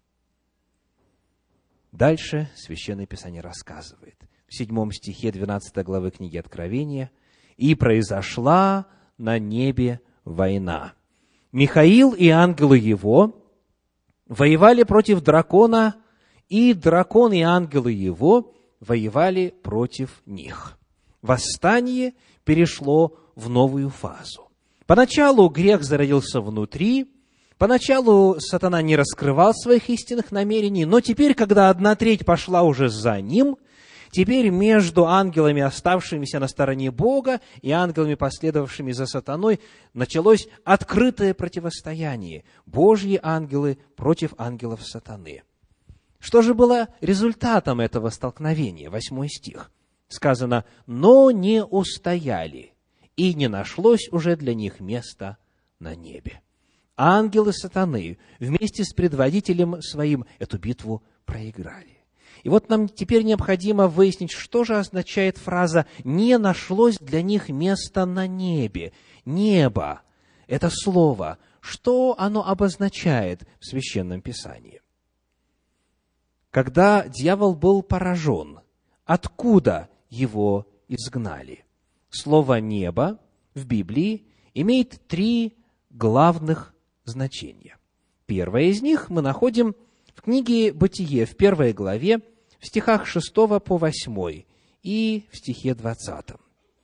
Дальше Священное Писание рассказывает. В 7 стихе 12 главы книги Откровения: «И произошла на небе война. Михаил и ангелы его воевали против дракона, и дракон и ангелы его воевали против них. Восстание перешло в новую фазу. Поначалу грех зародился внутри, поначалу сатана не раскрывал своих истинных намерений, но теперь, когда 1/3 пошла уже за ним, теперь между ангелами, оставшимися на стороне Бога, и ангелами, последовавшими за сатаной, началось открытое противостояние. Божьи ангелы против ангелов сатаны. Что же было результатом этого столкновения? 8 стих. Сказано: «Но не устояли, и не нашлось уже для них места на небе». Ангелы сатаны вместе с предводителем своим эту битву проиграли. И вот нам теперь необходимо выяснить, что же означает фраза «не нашлось для них места на небе». Небо – это слово. Что оно обозначает в Священном Писании? Когда дьявол был поражен, откуда его изгнали? Слово «небо» в Библии имеет 3 главных значения. Первое из них мы находим в книге «Бытие» в 1 главе, в стихах 6 по 8 и в стихе 20.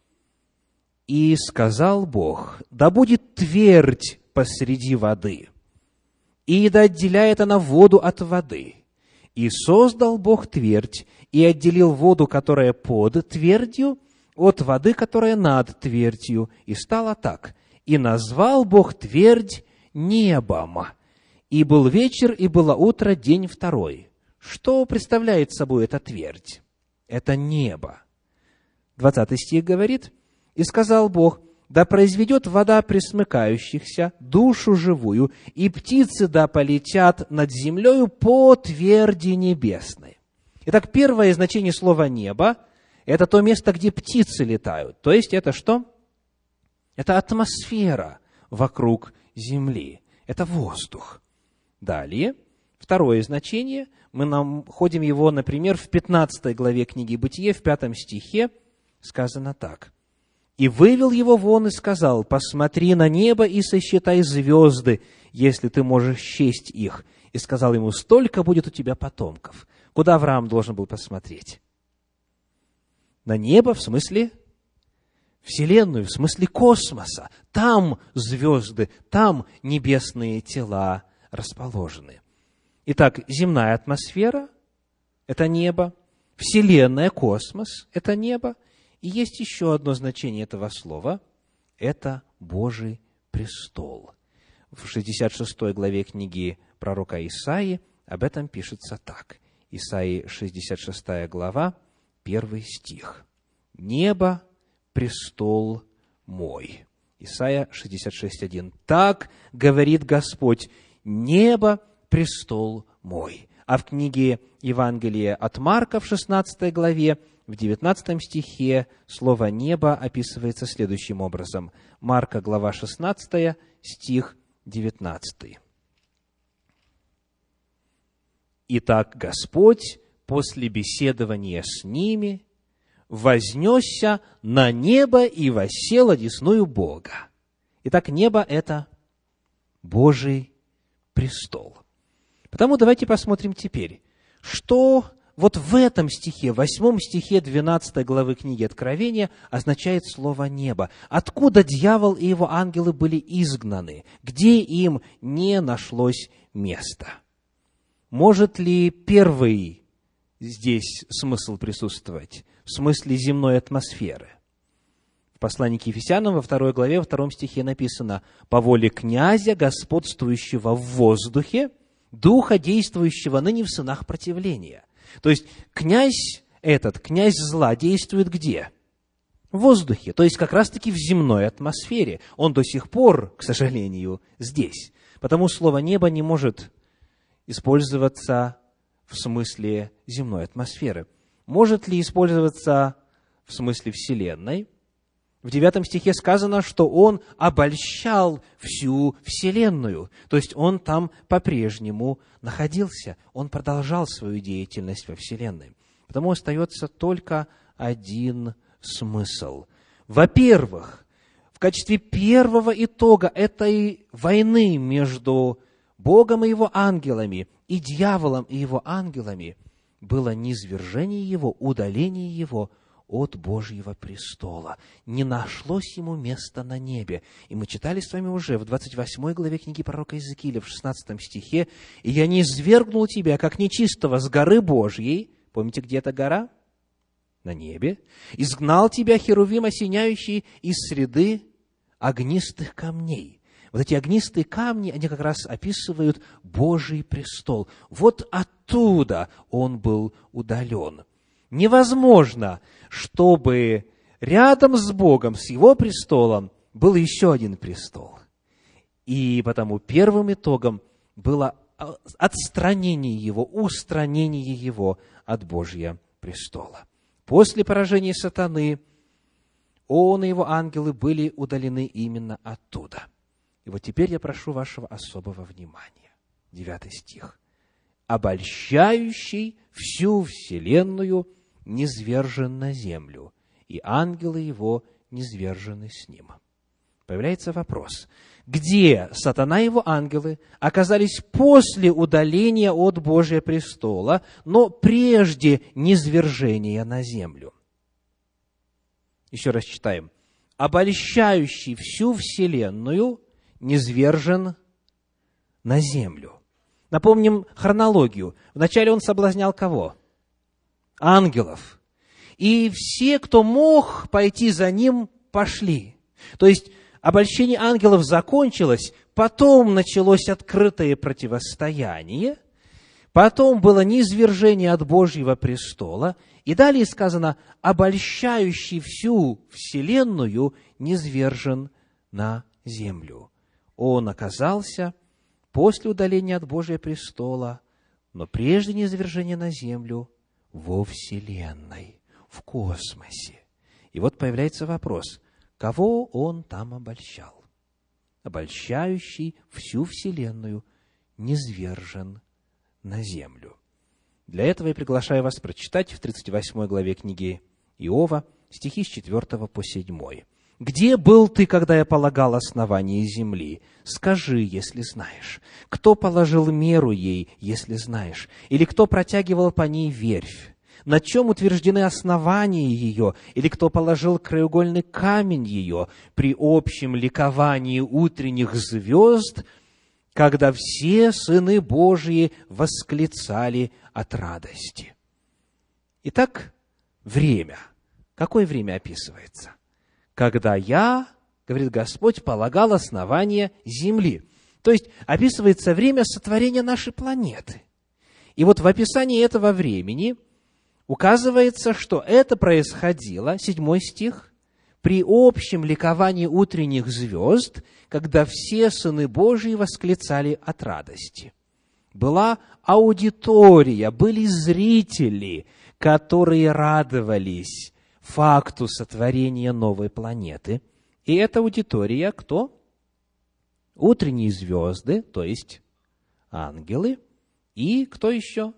«И сказал Бог: да будет твердь посреди воды, и да отделяет она воду от воды. И создал Бог твердь, и отделил воду, которая под твердью, от воды, которая над твердью. И стало так. И назвал Бог твердь небом. И был вечер, и было утро, день 2». Что представляет собой эта твердь? Это небо. 20 стих говорит: «И сказал Бог: да произведет вода пресмыкающихся, душу живую, и птицы да полетят над землею по тверди небесной». Итак, первое значение слова «небо» – это то место, где птицы летают. То есть, это что? Это атмосфера вокруг земли. Это воздух. Далее, второе значение, мы находим его, например, в 15 главе книги «Бытие», в 5 стихе, сказано так: «И вывел его вон и сказал: посмотри на небо и сосчитай звезды, если ты можешь счесть их. И сказал ему: столько будет у тебя потомков». Куда Авраам должен был посмотреть? На небо, в смысле Вселенную, в смысле космоса. Там звезды, там небесные тела расположены. Итак, земная атмосфера – это небо, Вселенная, космос – это небо, и есть еще одно значение этого слова – это Божий престол. В 66 главе книги пророка Исаии об этом пишется так. Исаии 66 глава, 1 стих. «Небо – престол мой». Исайя 66:1. «Так говорит Господь: небо – престол мой». А в книге Евангелия от Марка в 16 главе, в 19 стихе, слово «небо» описывается следующим образом. Марка, глава 16, стих 19. «Итак, Господь после беседования с ними вознесся на небо и воссел одесную Бога». Итак, небо – это Божий престол. Потому давайте посмотрим теперь, что вот в этом стихе, 8 стихе 12 главы книги Откровения означает слово «небо». Откуда дьявол и его ангелы были изгнаны? Где им не нашлось места? Может ли первый здесь смысл присутствовать? В смысле земной атмосферы? В послании к Ефесянам во 2 главе, во 2 стихе написано: «По воле князя, господствующего в воздухе, духа, действующего ныне в сынах противления». То есть, князь этот, князь зла, действует где? В воздухе, то есть, как раз-таки в земной атмосфере. Он до сих пор, к сожалению, здесь. Потому слово «небо» не может использоваться в смысле земной атмосферы. Может ли использоваться в смысле Вселенной? В 9 стихе сказано, что он обольщал всю Вселенную. То есть, он там по-прежнему находился. Он продолжал свою деятельность во Вселенной. Потому остается только один смысл. Во-первых, в качестве первого итога этой войны между Богом и Его ангелами и дьяволом и его ангелами было низвержение его, удаление его от Божьего престола. Не нашлось ему места на небе. И мы читали с вами уже в 28 главе книги пророка Иезекииля, в 16 стихе, «И я не низвергнул тебя, как нечистого, с горы Божьей». Помните, где эта гора? На небе. «Изгнал тебя, херувим осеняющий, из среды огнистых камней». Вот эти огнистые камни, они как раз описывают Божий престол. Вот оттуда он был удален. Невозможно, чтобы рядом с Богом, с Его престолом, был еще один престол. И потому первым итогом было отстранение Его, устранение Его от Божьего престола. После поражения сатаны он и его ангелы были удалены именно оттуда. И вот теперь я прошу вашего особого внимания. 9 стих. «Обольщающий всю вселенную низвержен на землю, и ангелы его низвержены с ним». Появляется вопрос, где сатана и его ангелы оказались после удаления от Божия престола, но прежде низвержения на землю? Еще раз читаем. «Обольщающий всю вселенную низвержен на землю». Напомним хронологию. Вначале он соблазнял кого? Ангелов. И все, кто мог пойти за ним, пошли. То есть, обольщение ангелов закончилось, потом началось открытое противостояние, потом было низвержение от Божьего престола, и далее сказано, обольщающий всю вселенную низвержен на землю. Он оказался после удаления от Божьего престола, но прежде низвержения на землю, во вселенной, в космосе. И вот появляется вопрос, кого он там обольщал? Обольщающий всю вселенную низвержен на землю. Для этого я приглашаю вас прочитать в 38 главе книги Иова стихи с 4 по 7. «Где был ты, когда я полагал основание земли? Скажи, если знаешь. Кто положил меру ей, если знаешь? Или кто протягивал по ней верфь? На чем утверждены основания ее? Или кто положил краеугольный камень ее при общем ликовании утренних звезд, когда все сыны Божьи восклицали от радости?» Итак, время. Какое время описывается? «Когда я, — говорит Господь, — полагал основание земли». То есть, описывается время сотворения нашей планеты. И вот в описании этого времени указывается, что это происходило, 7 стих, при общем ликовании утренних звезд, когда все сыны Божьи восклицали от радости. Была аудитория, были зрители, которые радовались факту сотворения новой планеты. И эта аудитория кто? Утренние звезды, то есть ангелы. И кто еще?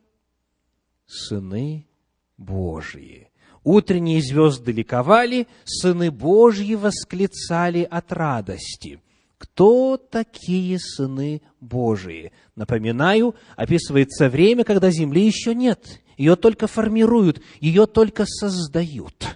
Сыны Божьи. Утренние звезды ликовали, сыны Божьи восклицали от радости. Кто такие сыны Божьи? Напоминаю, описывается время, когда земли еще нет. Ее только формируют, ее только создают.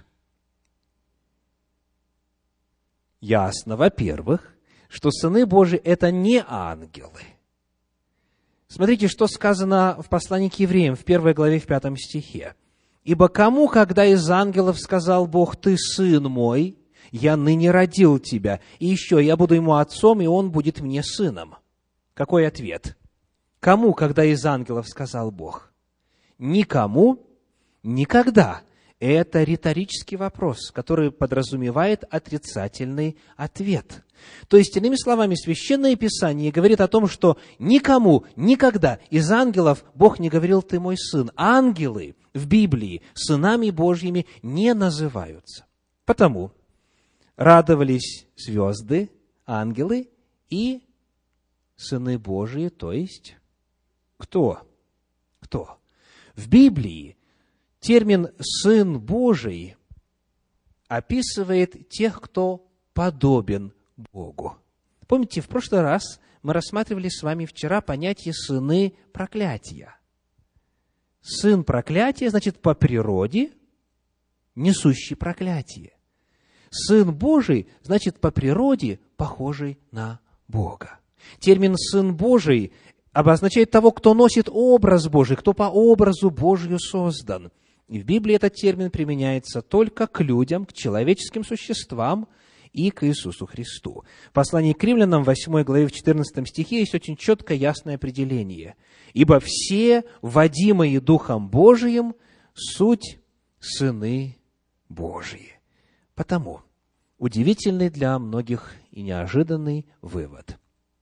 Ясно, во-первых, что сыны Божьи – это не ангелы. Смотрите, что сказано в послании к евреям, в 1 главе, в 5 стихе. «Ибо кому, когда из ангелов сказал Бог, ты сын мой, я ныне родил тебя, и еще я буду ему отцом, и он будет мне сыном». Какой ответ? Кому, когда из ангелов сказал Бог? Никому, никогда. Это риторический вопрос, который подразумевает отрицательный ответ. То есть, иными словами, Священное Писание говорит о том, что никому, никогда из ангелов Бог не говорил «ты мой сын». Ангелы в Библии сынами Божьими не называются. Потому радовались звезды, ангелы и сыны Божьи, то есть кто? Кто? В Библии термин «сын Божий» описывает тех, кто подобен Богу. Помните, в прошлый раз мы рассматривали с вами вчера понятие «сыны проклятия». Сын проклятия, значит, по природе несущий проклятие. Сын Божий, значит, по природе похожий на Бога. Термин «сын Божий» обозначает того, кто носит образ Божий, кто по образу Божию создан. И в Библии этот термин применяется только к людям, к человеческим существам и к Иисусу Христу. В послании к Римлянам, 8 главе, в 14 стихе, есть очень четкое, ясное определение. «Ибо все, водимые Духом Божиим, суть сыны Божьи». Потому удивительный для многих и неожиданный вывод.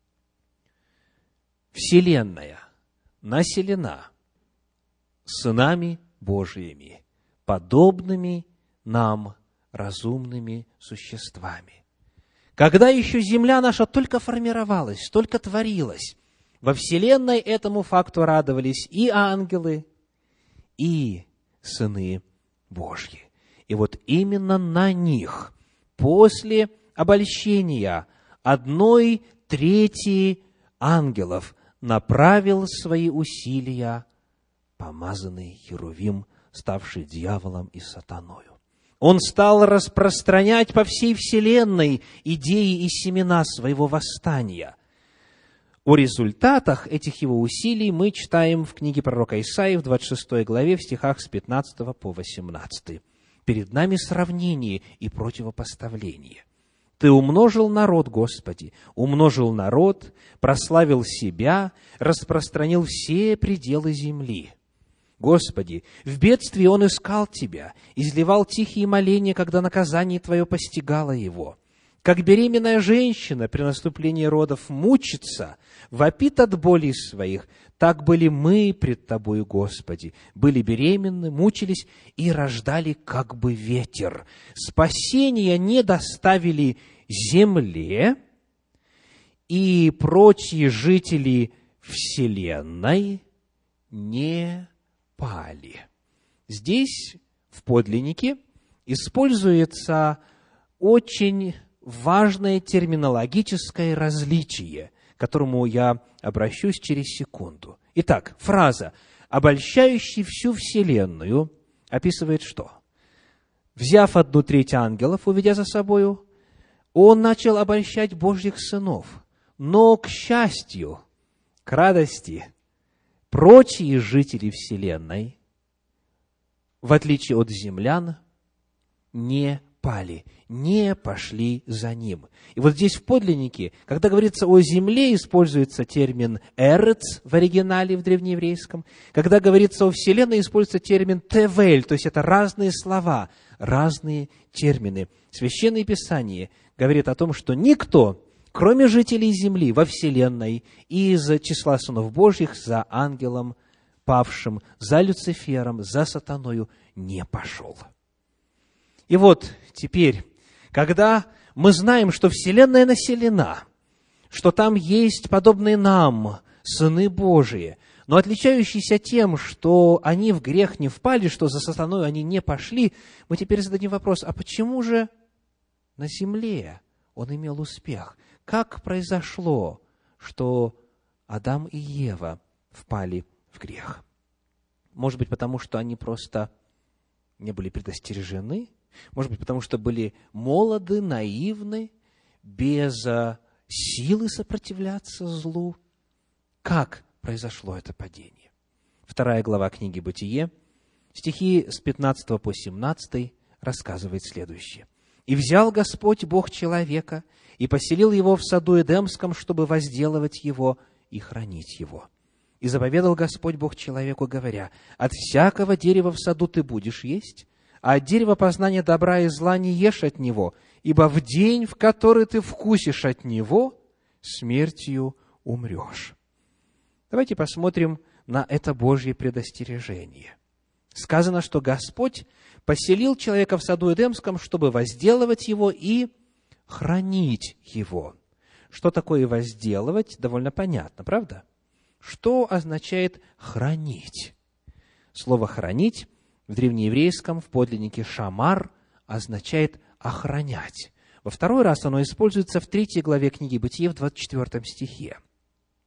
Вселенная населена сынами Божьими, подобными нам разумными существами. Когда еще земля наша только формировалась, только творилась, во Вселенной этому факту радовались и ангелы, и сыны Божьи. И вот именно на них, после обольщения 1/3 ангелов, направил свои усилия помазанный Херувим, ставший дьяволом и сатаною. Он стал распространять по всей вселенной идеи и семена своего восстания. О результатах этих его усилий мы читаем в книге пророка Исаии в 26 главе, в стихах с 15 по 18. Перед нами сравнение и противопоставление. «Ты умножил народ, Господи, умножил народ, прославил себя, распространил все пределы земли. Господи, в бедствии он искал Тебя, изливал тихие моления, когда наказание Твое постигало его. Как беременная женщина при наступлении родов мучится, вопит от болей своих, так были мы пред Тобою, Господи, были беременны, мучились и рождали как бы ветер. Спасения не доставили земле, и прочие жители вселенной не пали». Здесь, в подлиннике, используется очень важное терминологическое различие, к которому я обращусь через секунду. Итак, фраза «обольщающий всю вселенную» описывает что? Взяв 1/3 ангелов, уведя за собою, он начал обольщать Божьих сынов. Но, к счастью, к радости, прочие жители вселенной, в отличие от землян, не пали, не пошли за ним. И вот здесь в подлиннике, когда говорится о земле, используется термин «эрец» в оригинале, в древнееврейском. Когда говорится о вселенной, используется термин «тевель», то есть это разные слова, разные термины. Священное Писание говорит о том, что никто, кроме жителей земли во вселенной, из числа сынов Божьих за ангелом павшим, за Люцифером, за сатаною не пошел. И вот теперь, когда мы знаем, что вселенная населена, что там есть подобные нам сыны Божии, но отличающиеся тем, что они в грех не впали, что за сатаной они не пошли, мы теперь зададим вопрос, а почему же на земле он имел успех? Как произошло, что Адам и Ева впали в грех? Может быть, потому что они просто не были предостережены? Может быть, потому что были молоды, наивны, без силы сопротивляться злу? Как произошло это падение? 2 глава книги «Бытие», стихи с 15 по 17 рассказывает следующее. «И взял Господь Бог человека, и поселил его в саду Эдемском, чтобы возделывать его и хранить его. И заповедал Господь Бог человеку, говоря, от всякого дерева в саду ты будешь есть, а от дерева познания добра и зла не ешь от него, ибо в день, в который ты вкусишь от него, смертью умрешь». Давайте посмотрим на это Божье предостережение. Сказано, что Господь поселил человека в саду Эдемском, чтобы возделывать его и хранить его. Что такое возделывать, довольно понятно, правда? Что означает хранить? Слово «хранить» в древнееврейском, в подлиннике «шамар» означает охранять. Во второй раз оно используется в 3 главе книги «Бытие» в 24 стихе.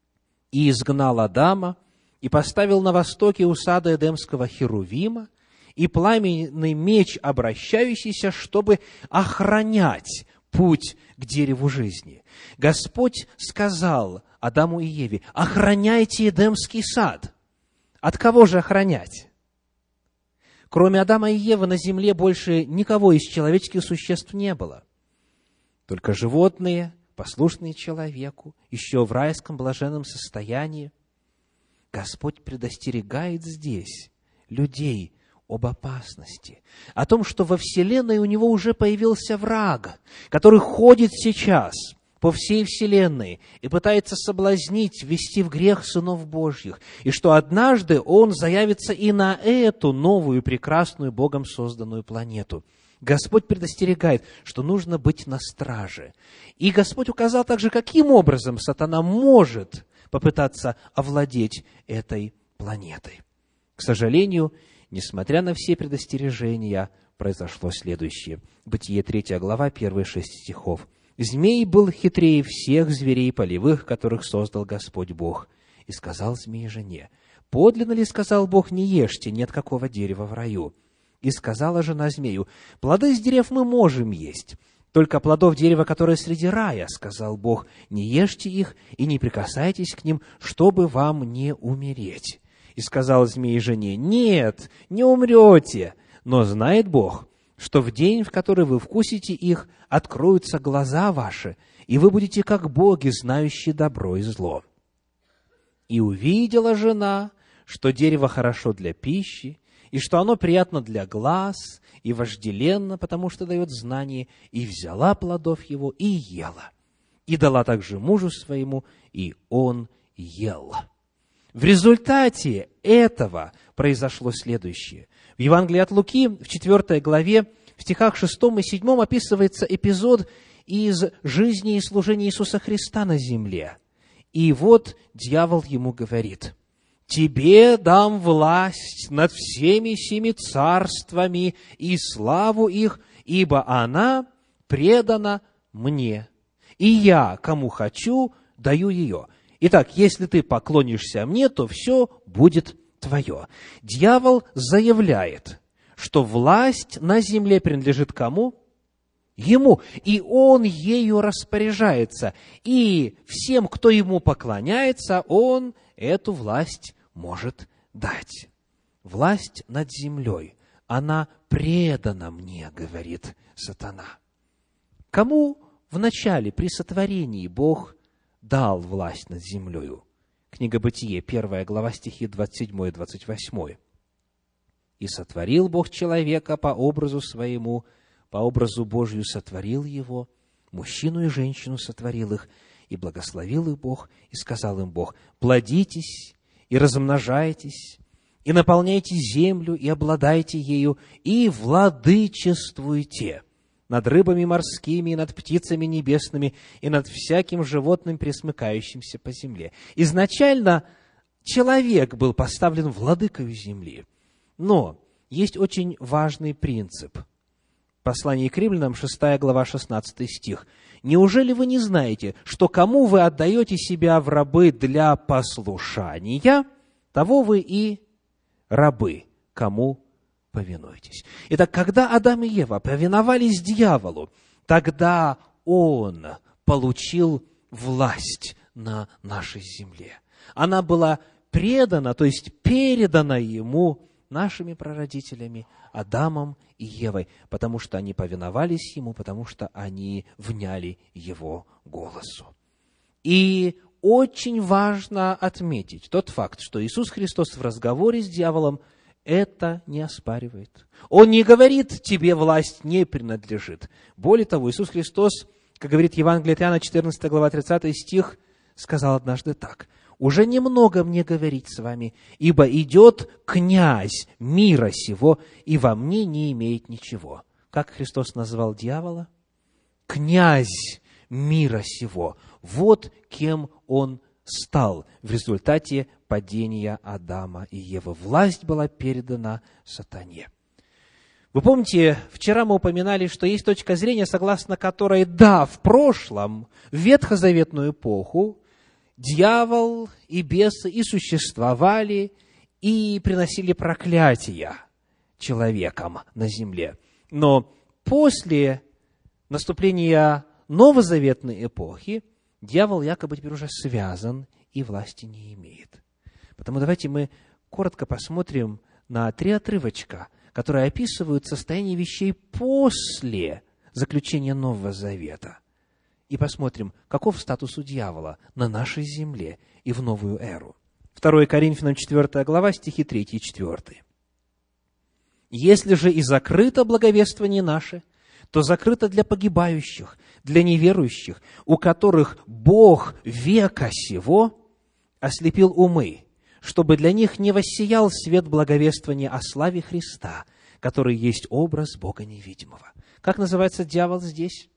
«И изгнал Адама, и поставил на востоке у сада Эдемского Херувима, и пламенный меч, обращающийся, чтобы охранять путь к дереву жизни. Господь сказал Адаму и Еве: охраняйте Эдемский сад. От кого же охранять? Кроме Адама и Евы на земле больше никого из человеческих существ не было. Только животные, послушные человеку, еще в райском блаженном состоянии. Господь предостерегает здесь людей об опасности, о том, что во вселенной у него уже появился враг, который ходит сейчас по всей вселенной и пытается соблазнить, ввести в грех сынов Божьих, и что однажды он заявится и на эту новую, прекрасную, Богом созданную планету. Господь предостерегает, что нужно быть на страже. И Господь указал также, каким образом сатана может попытаться овладеть этой планетой. К сожалению, несмотря на все предостережения, произошло следующее. Бытие 3 глава, первые 6 стихов. «Змей был хитрее всех зверей полевых, которых создал Господь Бог. И сказал змей жене: подлинно ли, сказал Бог, не ешьте ни от какого дерева в раю? И сказала жена змею: плоды с дерев мы можем есть, только плодов дерева, которое среди рая, сказал Бог, не ешьте их и не прикасайтесь к ним, чтобы вам не умереть. И сказал змей жене: нет, не умрете, но знает Бог, что в день, в который вы вкусите их, откроются глаза ваши, и вы будете как боги, знающие добро и зло. И увидела жена, что дерево хорошо для пищи, и что оно приятно для глаз, и вожделенно, потому что дает знание, и взяла плодов его, и ела. И дала также мужу своему, и он ел». В результате этого произошло следующее. В Евангелии от Луки, в 4 главе, в стихах 6 и 7 описывается эпизод из жизни и служения Иисуса Христа на земле. И вот дьявол ему говорит: «Тебе дам власть над всеми семи царствами и славу их, ибо она предана мне, и я, кому хочу, даю ее. Итак, если ты поклонишься мне, то все будет твое». Дьявол заявляет, что власть на земле принадлежит кому? Ему. И он ею распоряжается. И всем, кто ему поклоняется, он эту власть может дать. Власть над землей, она предана мне, говорит сатана. Кому вначале при сотворении Бог дал власть над землею? Книга Бытие, 1 глава, стихи 27 и 28. «И сотворил Бог человека по образу своему, по образу Божию сотворил его, мужчину и женщину сотворил их, и благословил их Бог, и сказал им Бог: плодитесь и размножайтесь, и наполняйте землю, и обладайте ею, и владычествуйте над рыбами морскими, и над птицами небесными, и над всяким животным, пресмыкающимся по земле». Изначально человек был поставлен владыкою земли. Но есть очень важный принцип. Послание к Римлянам, 6 глава, 16 стих. «Неужели вы не знаете, что кому вы отдаете себя в рабы для послушания, того вы и рабы, кому повинуетесь». Итак, когда Адам и Ева повиновались дьяволу, тогда он получил власть на нашей земле. Она была предана, то есть передана ему нашими прародителями Адамом и Евой, потому что они повиновались ему, потому что они вняли его голосу. И очень важно отметить тот факт, что Иисус Христос в разговоре с дьяволом это не оспаривает. Он не говорит: тебе власть не принадлежит. Более того, Иисус Христос, как говорит Евангелие от Иоанна, 14 глава, 30 стих, сказал однажды так: «Уже немного мне говорить с вами, ибо идет князь мира сего, и во мне не имеет ничего». Как Христос назвал дьявола? Князь мира сего. Вот кем он стал в результате падения Адама и Евы. Власть была передана сатане. Вы помните, вчера мы упоминали, что есть точка зрения, согласно которой, да, в прошлом, в ветхозаветную эпоху, дьявол и бесы и существовали, и приносили проклятия человеком на земле. Но после наступления новозаветной эпохи дьявол якобы теперь уже связан и власти не имеет. Потому давайте мы коротко посмотрим на 3 отрывочка, которые описывают состояние вещей после заключения Нового Завета. И посмотрим, каков статус у дьявола на нашей земле и в новую эру. 2 Коринфянам 4 глава, стихи 3 и 4. «Если же и закрыто благовествование наше, то закрыто для погибающих, для неверующих, у которых Бог века сего ослепил умы, чтобы для них не воссиял свет благовествования о славе Христа, который есть образ Бога невидимого». Как называется дьявол здесь?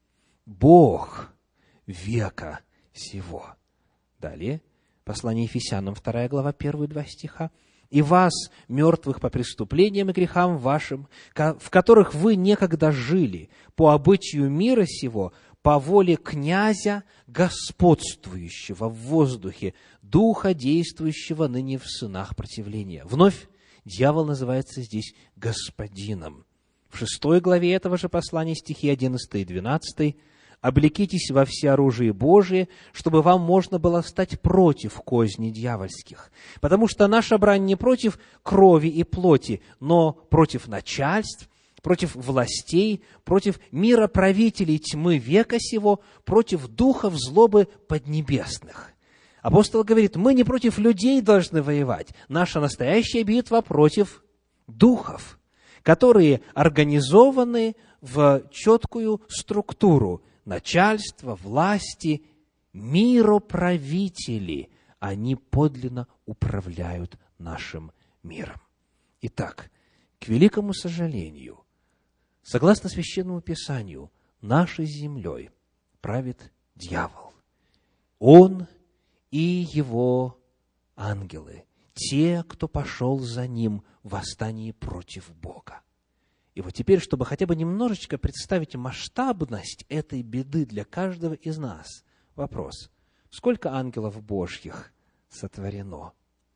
Бог века сего. Далее, послание Ефесянам, 2 глава, 1-2 стиха. «И вас, мертвых по преступлениям и грехам вашим, в которых вы некогда жили, по обычаю мира сего, по воле князя, господствующего в воздухе, духа, действующего ныне в сынах противления». Вновь дьявол называется здесь господином. В 6 главе этого же послания, стихи 11 и 12, «Облекитесь во всеоружие Божие, чтобы вам можно было встать против козней дьявольских. Потому что наша брань не против крови и плоти, но против начальств, против властей, против мироправителей тьмы века сего, против духов злобы поднебесных». Апостол говорит, мы не против людей должны воевать. Наша настоящая битва против духов, которые организованы в четкую структуру. Начальство, власти, мироправители, они подлинно управляют нашим миром. Итак, к великому сожалению, согласно Священному Писанию, нашей землей правит дьявол. Он и его ангелы, те, кто пошел за ним в восстании против Бога. И вот теперь, чтобы хотя бы немножечко представить масштабность этой беды для каждого из нас, вопрос: сколько ангелов Божьих сотворено?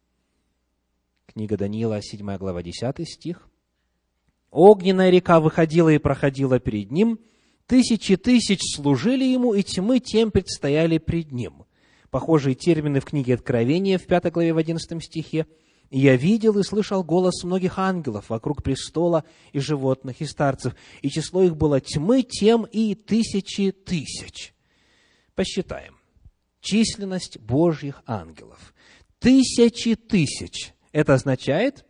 Книга Даниила, 7 глава, 10 стих. «Огненная река выходила и проходила перед ним, тысячи тысяч служили ему, и тьмы тем предстояли пред ним». Похожие термины в книге Откровения, в 5 главе, в 11 стихе. «И я видел и слышал голос многих ангелов вокруг престола и животных, и старцев, и число их было тьмы тем и тысячи тысяч». Посчитаем. Численность Божьих ангелов. Тысячи тысяч. Это означает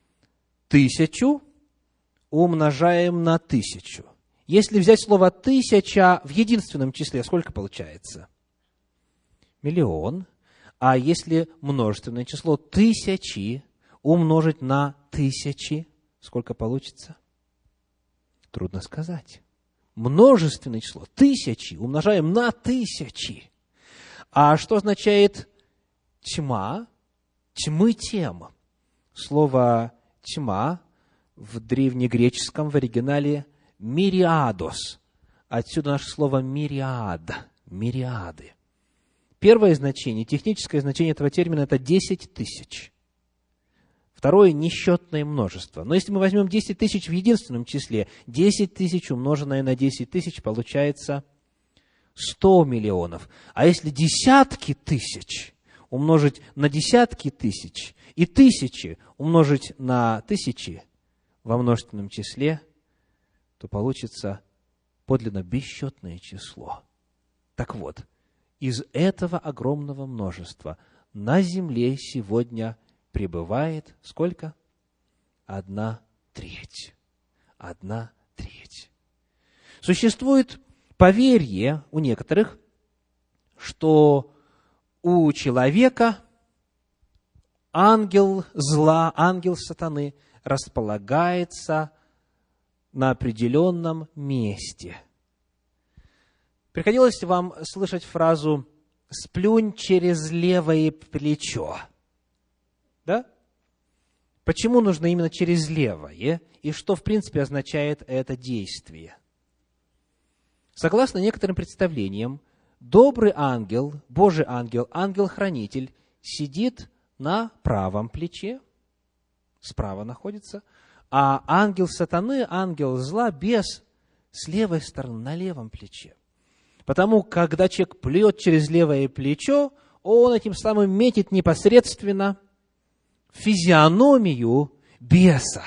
1000 умножаем на 1000. Если взять слово 1000 в единственном числе, сколько получается? 1 000 000. А если множественное число 1000 умножить на 1000, сколько получится? Трудно сказать. Множественное число 1000 умножаем на 1000. А что означает тьма? Тьмы тем. Слово тьма в древнегреческом в оригинале мириадос. Отсюда наше слово мириад, мириады. Первое значение, техническое значение этого термина – это 10 тысяч. Второе – несчетное множество. Но если мы возьмем 10 тысяч в единственном числе, 10 тысяч умноженное на 10 тысяч получается 100 миллионов. А если десятки тысяч умножить на десятки тысяч и тысячи умножить на тысячи во множественном числе, то получится подлинно бесчетное число. Так вот, из этого огромного множества на земле сегодня пребывает сколько? 1/3. 1/3. Существует поверье у некоторых, что у человека ангел зла, ангел сатаны располагается на определенном месте. Приходилось вам слышать фразу «сплюнь через левое плечо». Да? Почему нужно именно через левое? И что, в принципе, означает это действие? Согласно некоторым представлениям, добрый ангел, Божий ангел, ангел-хранитель сидит на правом плече, справа находится, а ангел сатаны, ангел зла, бес, с левой стороны, на левом плече. Потому, когда человек плюет через левое плечо, он этим самым метит непосредственно в физиономию беса.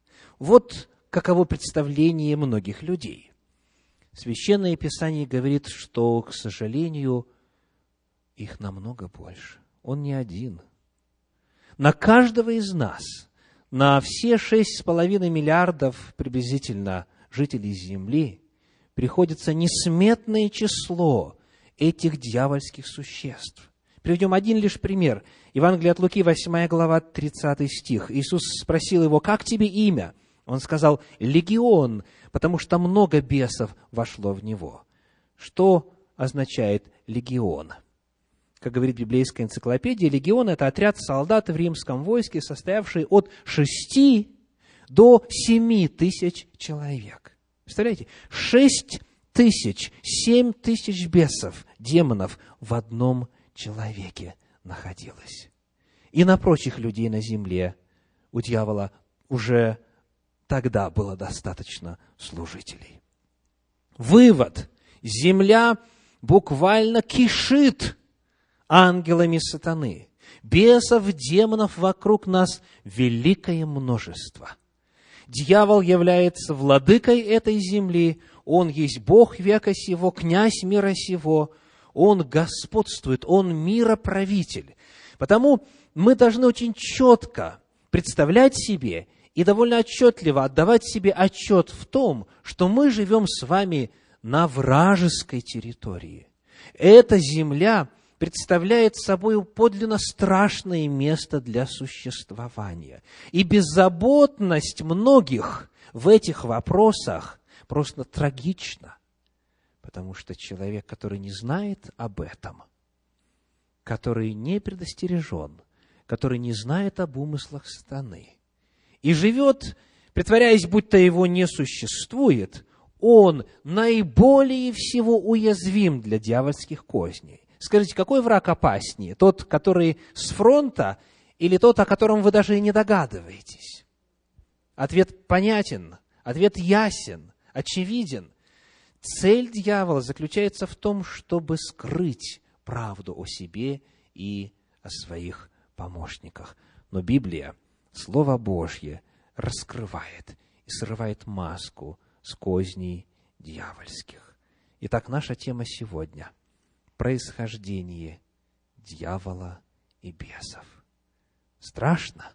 Вот каково представление многих людей. Священное Писание говорит, что, к сожалению, их намного больше. Он не один. На каждого из нас, на все 6,5 миллиардов приблизительно жителей Земли, приходится несметное число этих дьявольских существ. Приведем один лишь пример. Евангелие от Луки, 8 глава, 30 стих. Иисус спросил его: «Как тебе имя?» Он сказал: «Легион», потому что много бесов вошло в него. Что означает легион? Как говорит библейская энциклопедия, легион – это отряд солдат в римском войске, состоявший от 6 до 7 тысяч человек. Представляете? 6 тысяч, 7 тысяч бесов, демонов в одном человеке находилось. И на прочих людей на земле у дьявола уже тогда было достаточно служителей. Вывод. Земля буквально кишит ангелами сатаны. Бесов, демонов вокруг нас великое множество. Дьявол является владыкой этой земли, он есть Бог века сего, князь мира сего, он господствует, он мироправитель. Потому мы должны очень четко представлять себе и довольно отчетливо отдавать себе отчет в том, что мы живем с вами на вражеской территории. Эта земля представляет собой подлинно страшное место для существования. И беззаботность многих в этих вопросах просто трагична. Потому что человек, который не знает об этом, который не предостережен, который не знает об умыслах сатаны и живет, притворяясь, будто его не существует, он наиболее всего уязвим для дьявольских козней. Скажите, какой враг опаснее? Тот, который с фронта, или тот, о котором вы даже и не догадываетесь? Ответ понятен, ответ ясен, очевиден. Цель дьявола заключается в том, чтобы скрыть правду о себе и о своих помощниках. Но Библия, Слово Божье, раскрывает и срывает маску с козней дьявольских. Итак, наша тема сегодня – происхождение дьявола и бесов. Страшно?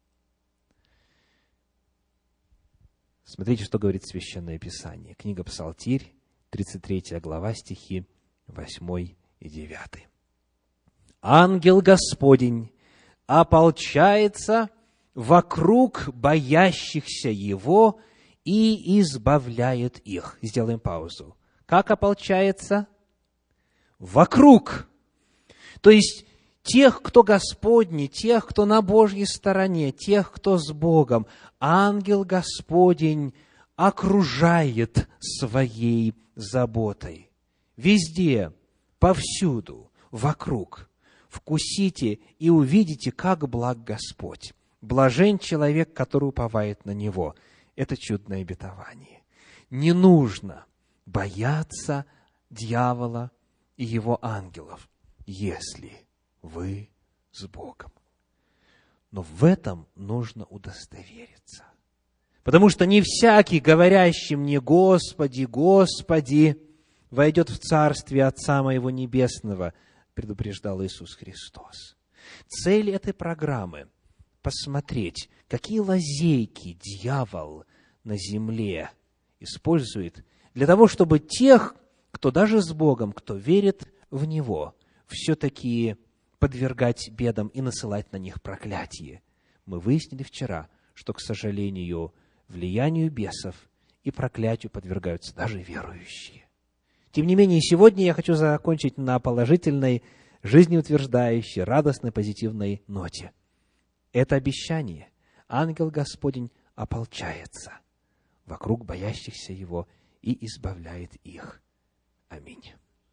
Смотрите, что говорит Священное Писание. Книга Псалтирь, 33 глава, стихи 8 и 9. «Ангел Господень ополчается вокруг боящихся Его и избавляет их». Сделаем паузу. Как ополчается? Вокруг. То есть, тех, кто Господний, тех, кто на Божьей стороне, тех, кто с Богом, ангел Господень окружает своей заботой. Везде, повсюду, вокруг. Вкусите и увидите, как благ Господь. Блажен человек, который уповает на Него. Это чудное обетование. Не нужно бояться дьявола и его ангелов, если вы с Богом. Но в этом нужно удостовериться. Потому что не всякий, говорящий мне: «Господи, Господи», войдет в Царствие Отца Моего Небесного, предупреждал Иисус Христос. Цель этой программы – посмотреть, какие лазейки дьявол на земле использует для того, чтобы тех, кто даже с Богом, кто верит в Него, все-таки подвергать бедам и насылать на них проклятие. Мы выяснили вчера, что, к сожалению, влиянию бесов и проклятию подвергаются даже верующие. Тем не менее, сегодня я хочу закончить на положительной, жизнеутверждающей, радостной, позитивной ноте. Это обещание. Ангел Господень ополчается вокруг боящихся Его и избавляет их. Аминь.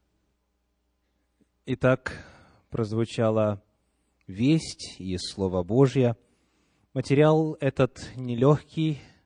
Итак, прозвучала весть и Слово Божье. Материал этот нелегкий,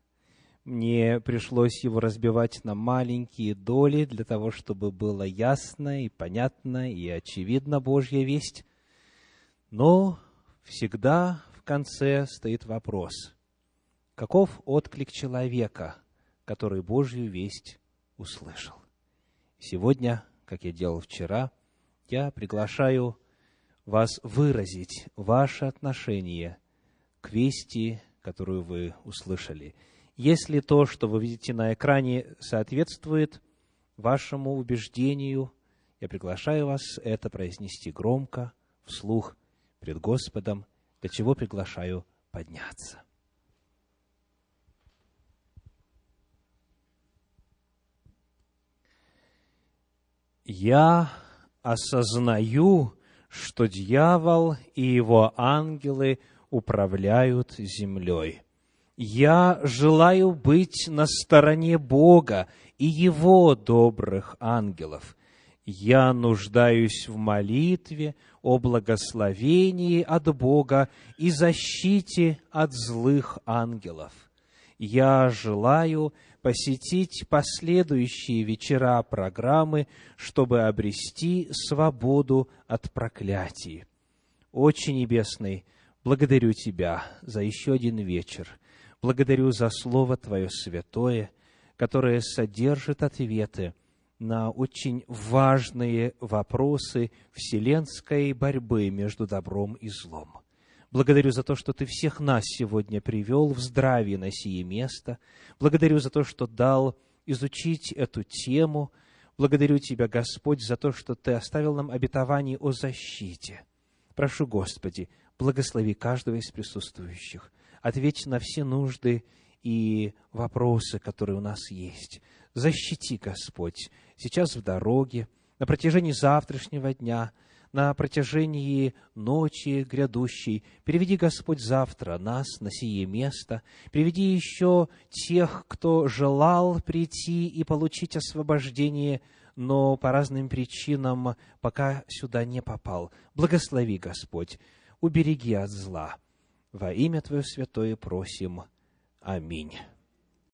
Мне пришлось его разбивать на маленькие доли для того, чтобы было ясно и понятно и очевидна Божья весть. Но всегда в конце стоит вопрос: каков отклик человека, который Божью весть услышал? Сегодня, как я делал вчера, я приглашаю вас выразить ваше отношение к вести, которую вы услышали. Если то, что вы видите на экране, соответствует вашему убеждению, я приглашаю вас это произнести громко, вслух, пред Господом, для чего приглашаю подняться. Я осознаю, что дьявол и его ангелы управляют землей. Я желаю быть на стороне Бога и Его добрых ангелов. Я нуждаюсь в молитве о благословении от Бога и защите от злых ангелов. Я желаю посетить последующие вечера программы, чтобы обрести свободу от проклятий. Отче Небесный, благодарю Тебя за еще один вечер. Благодарю за Слово Твое святое, которое содержит ответы на очень важные вопросы вселенской борьбы между добром и злом. Благодарю за то, что Ты всех нас сегодня привел в здравии на сие место. Благодарю за то, что дал изучить эту тему. Благодарю Тебя, Господь, за то, что Ты оставил нам обетование о защите. Прошу, Господи, благослови каждого из присутствующих. Ответь на все нужды и вопросы, которые у нас есть. Защити, Господь, сейчас в дороге, на протяжении завтрашнего дня, на протяжении ночи грядущей. Приведи, Господь, завтра нас на сие место. Приведи еще тех, кто желал прийти и получить освобождение, но по разным причинам пока сюда не попал. Благослови, Господь, убереги от зла. Во имя Твое святое просим. Аминь.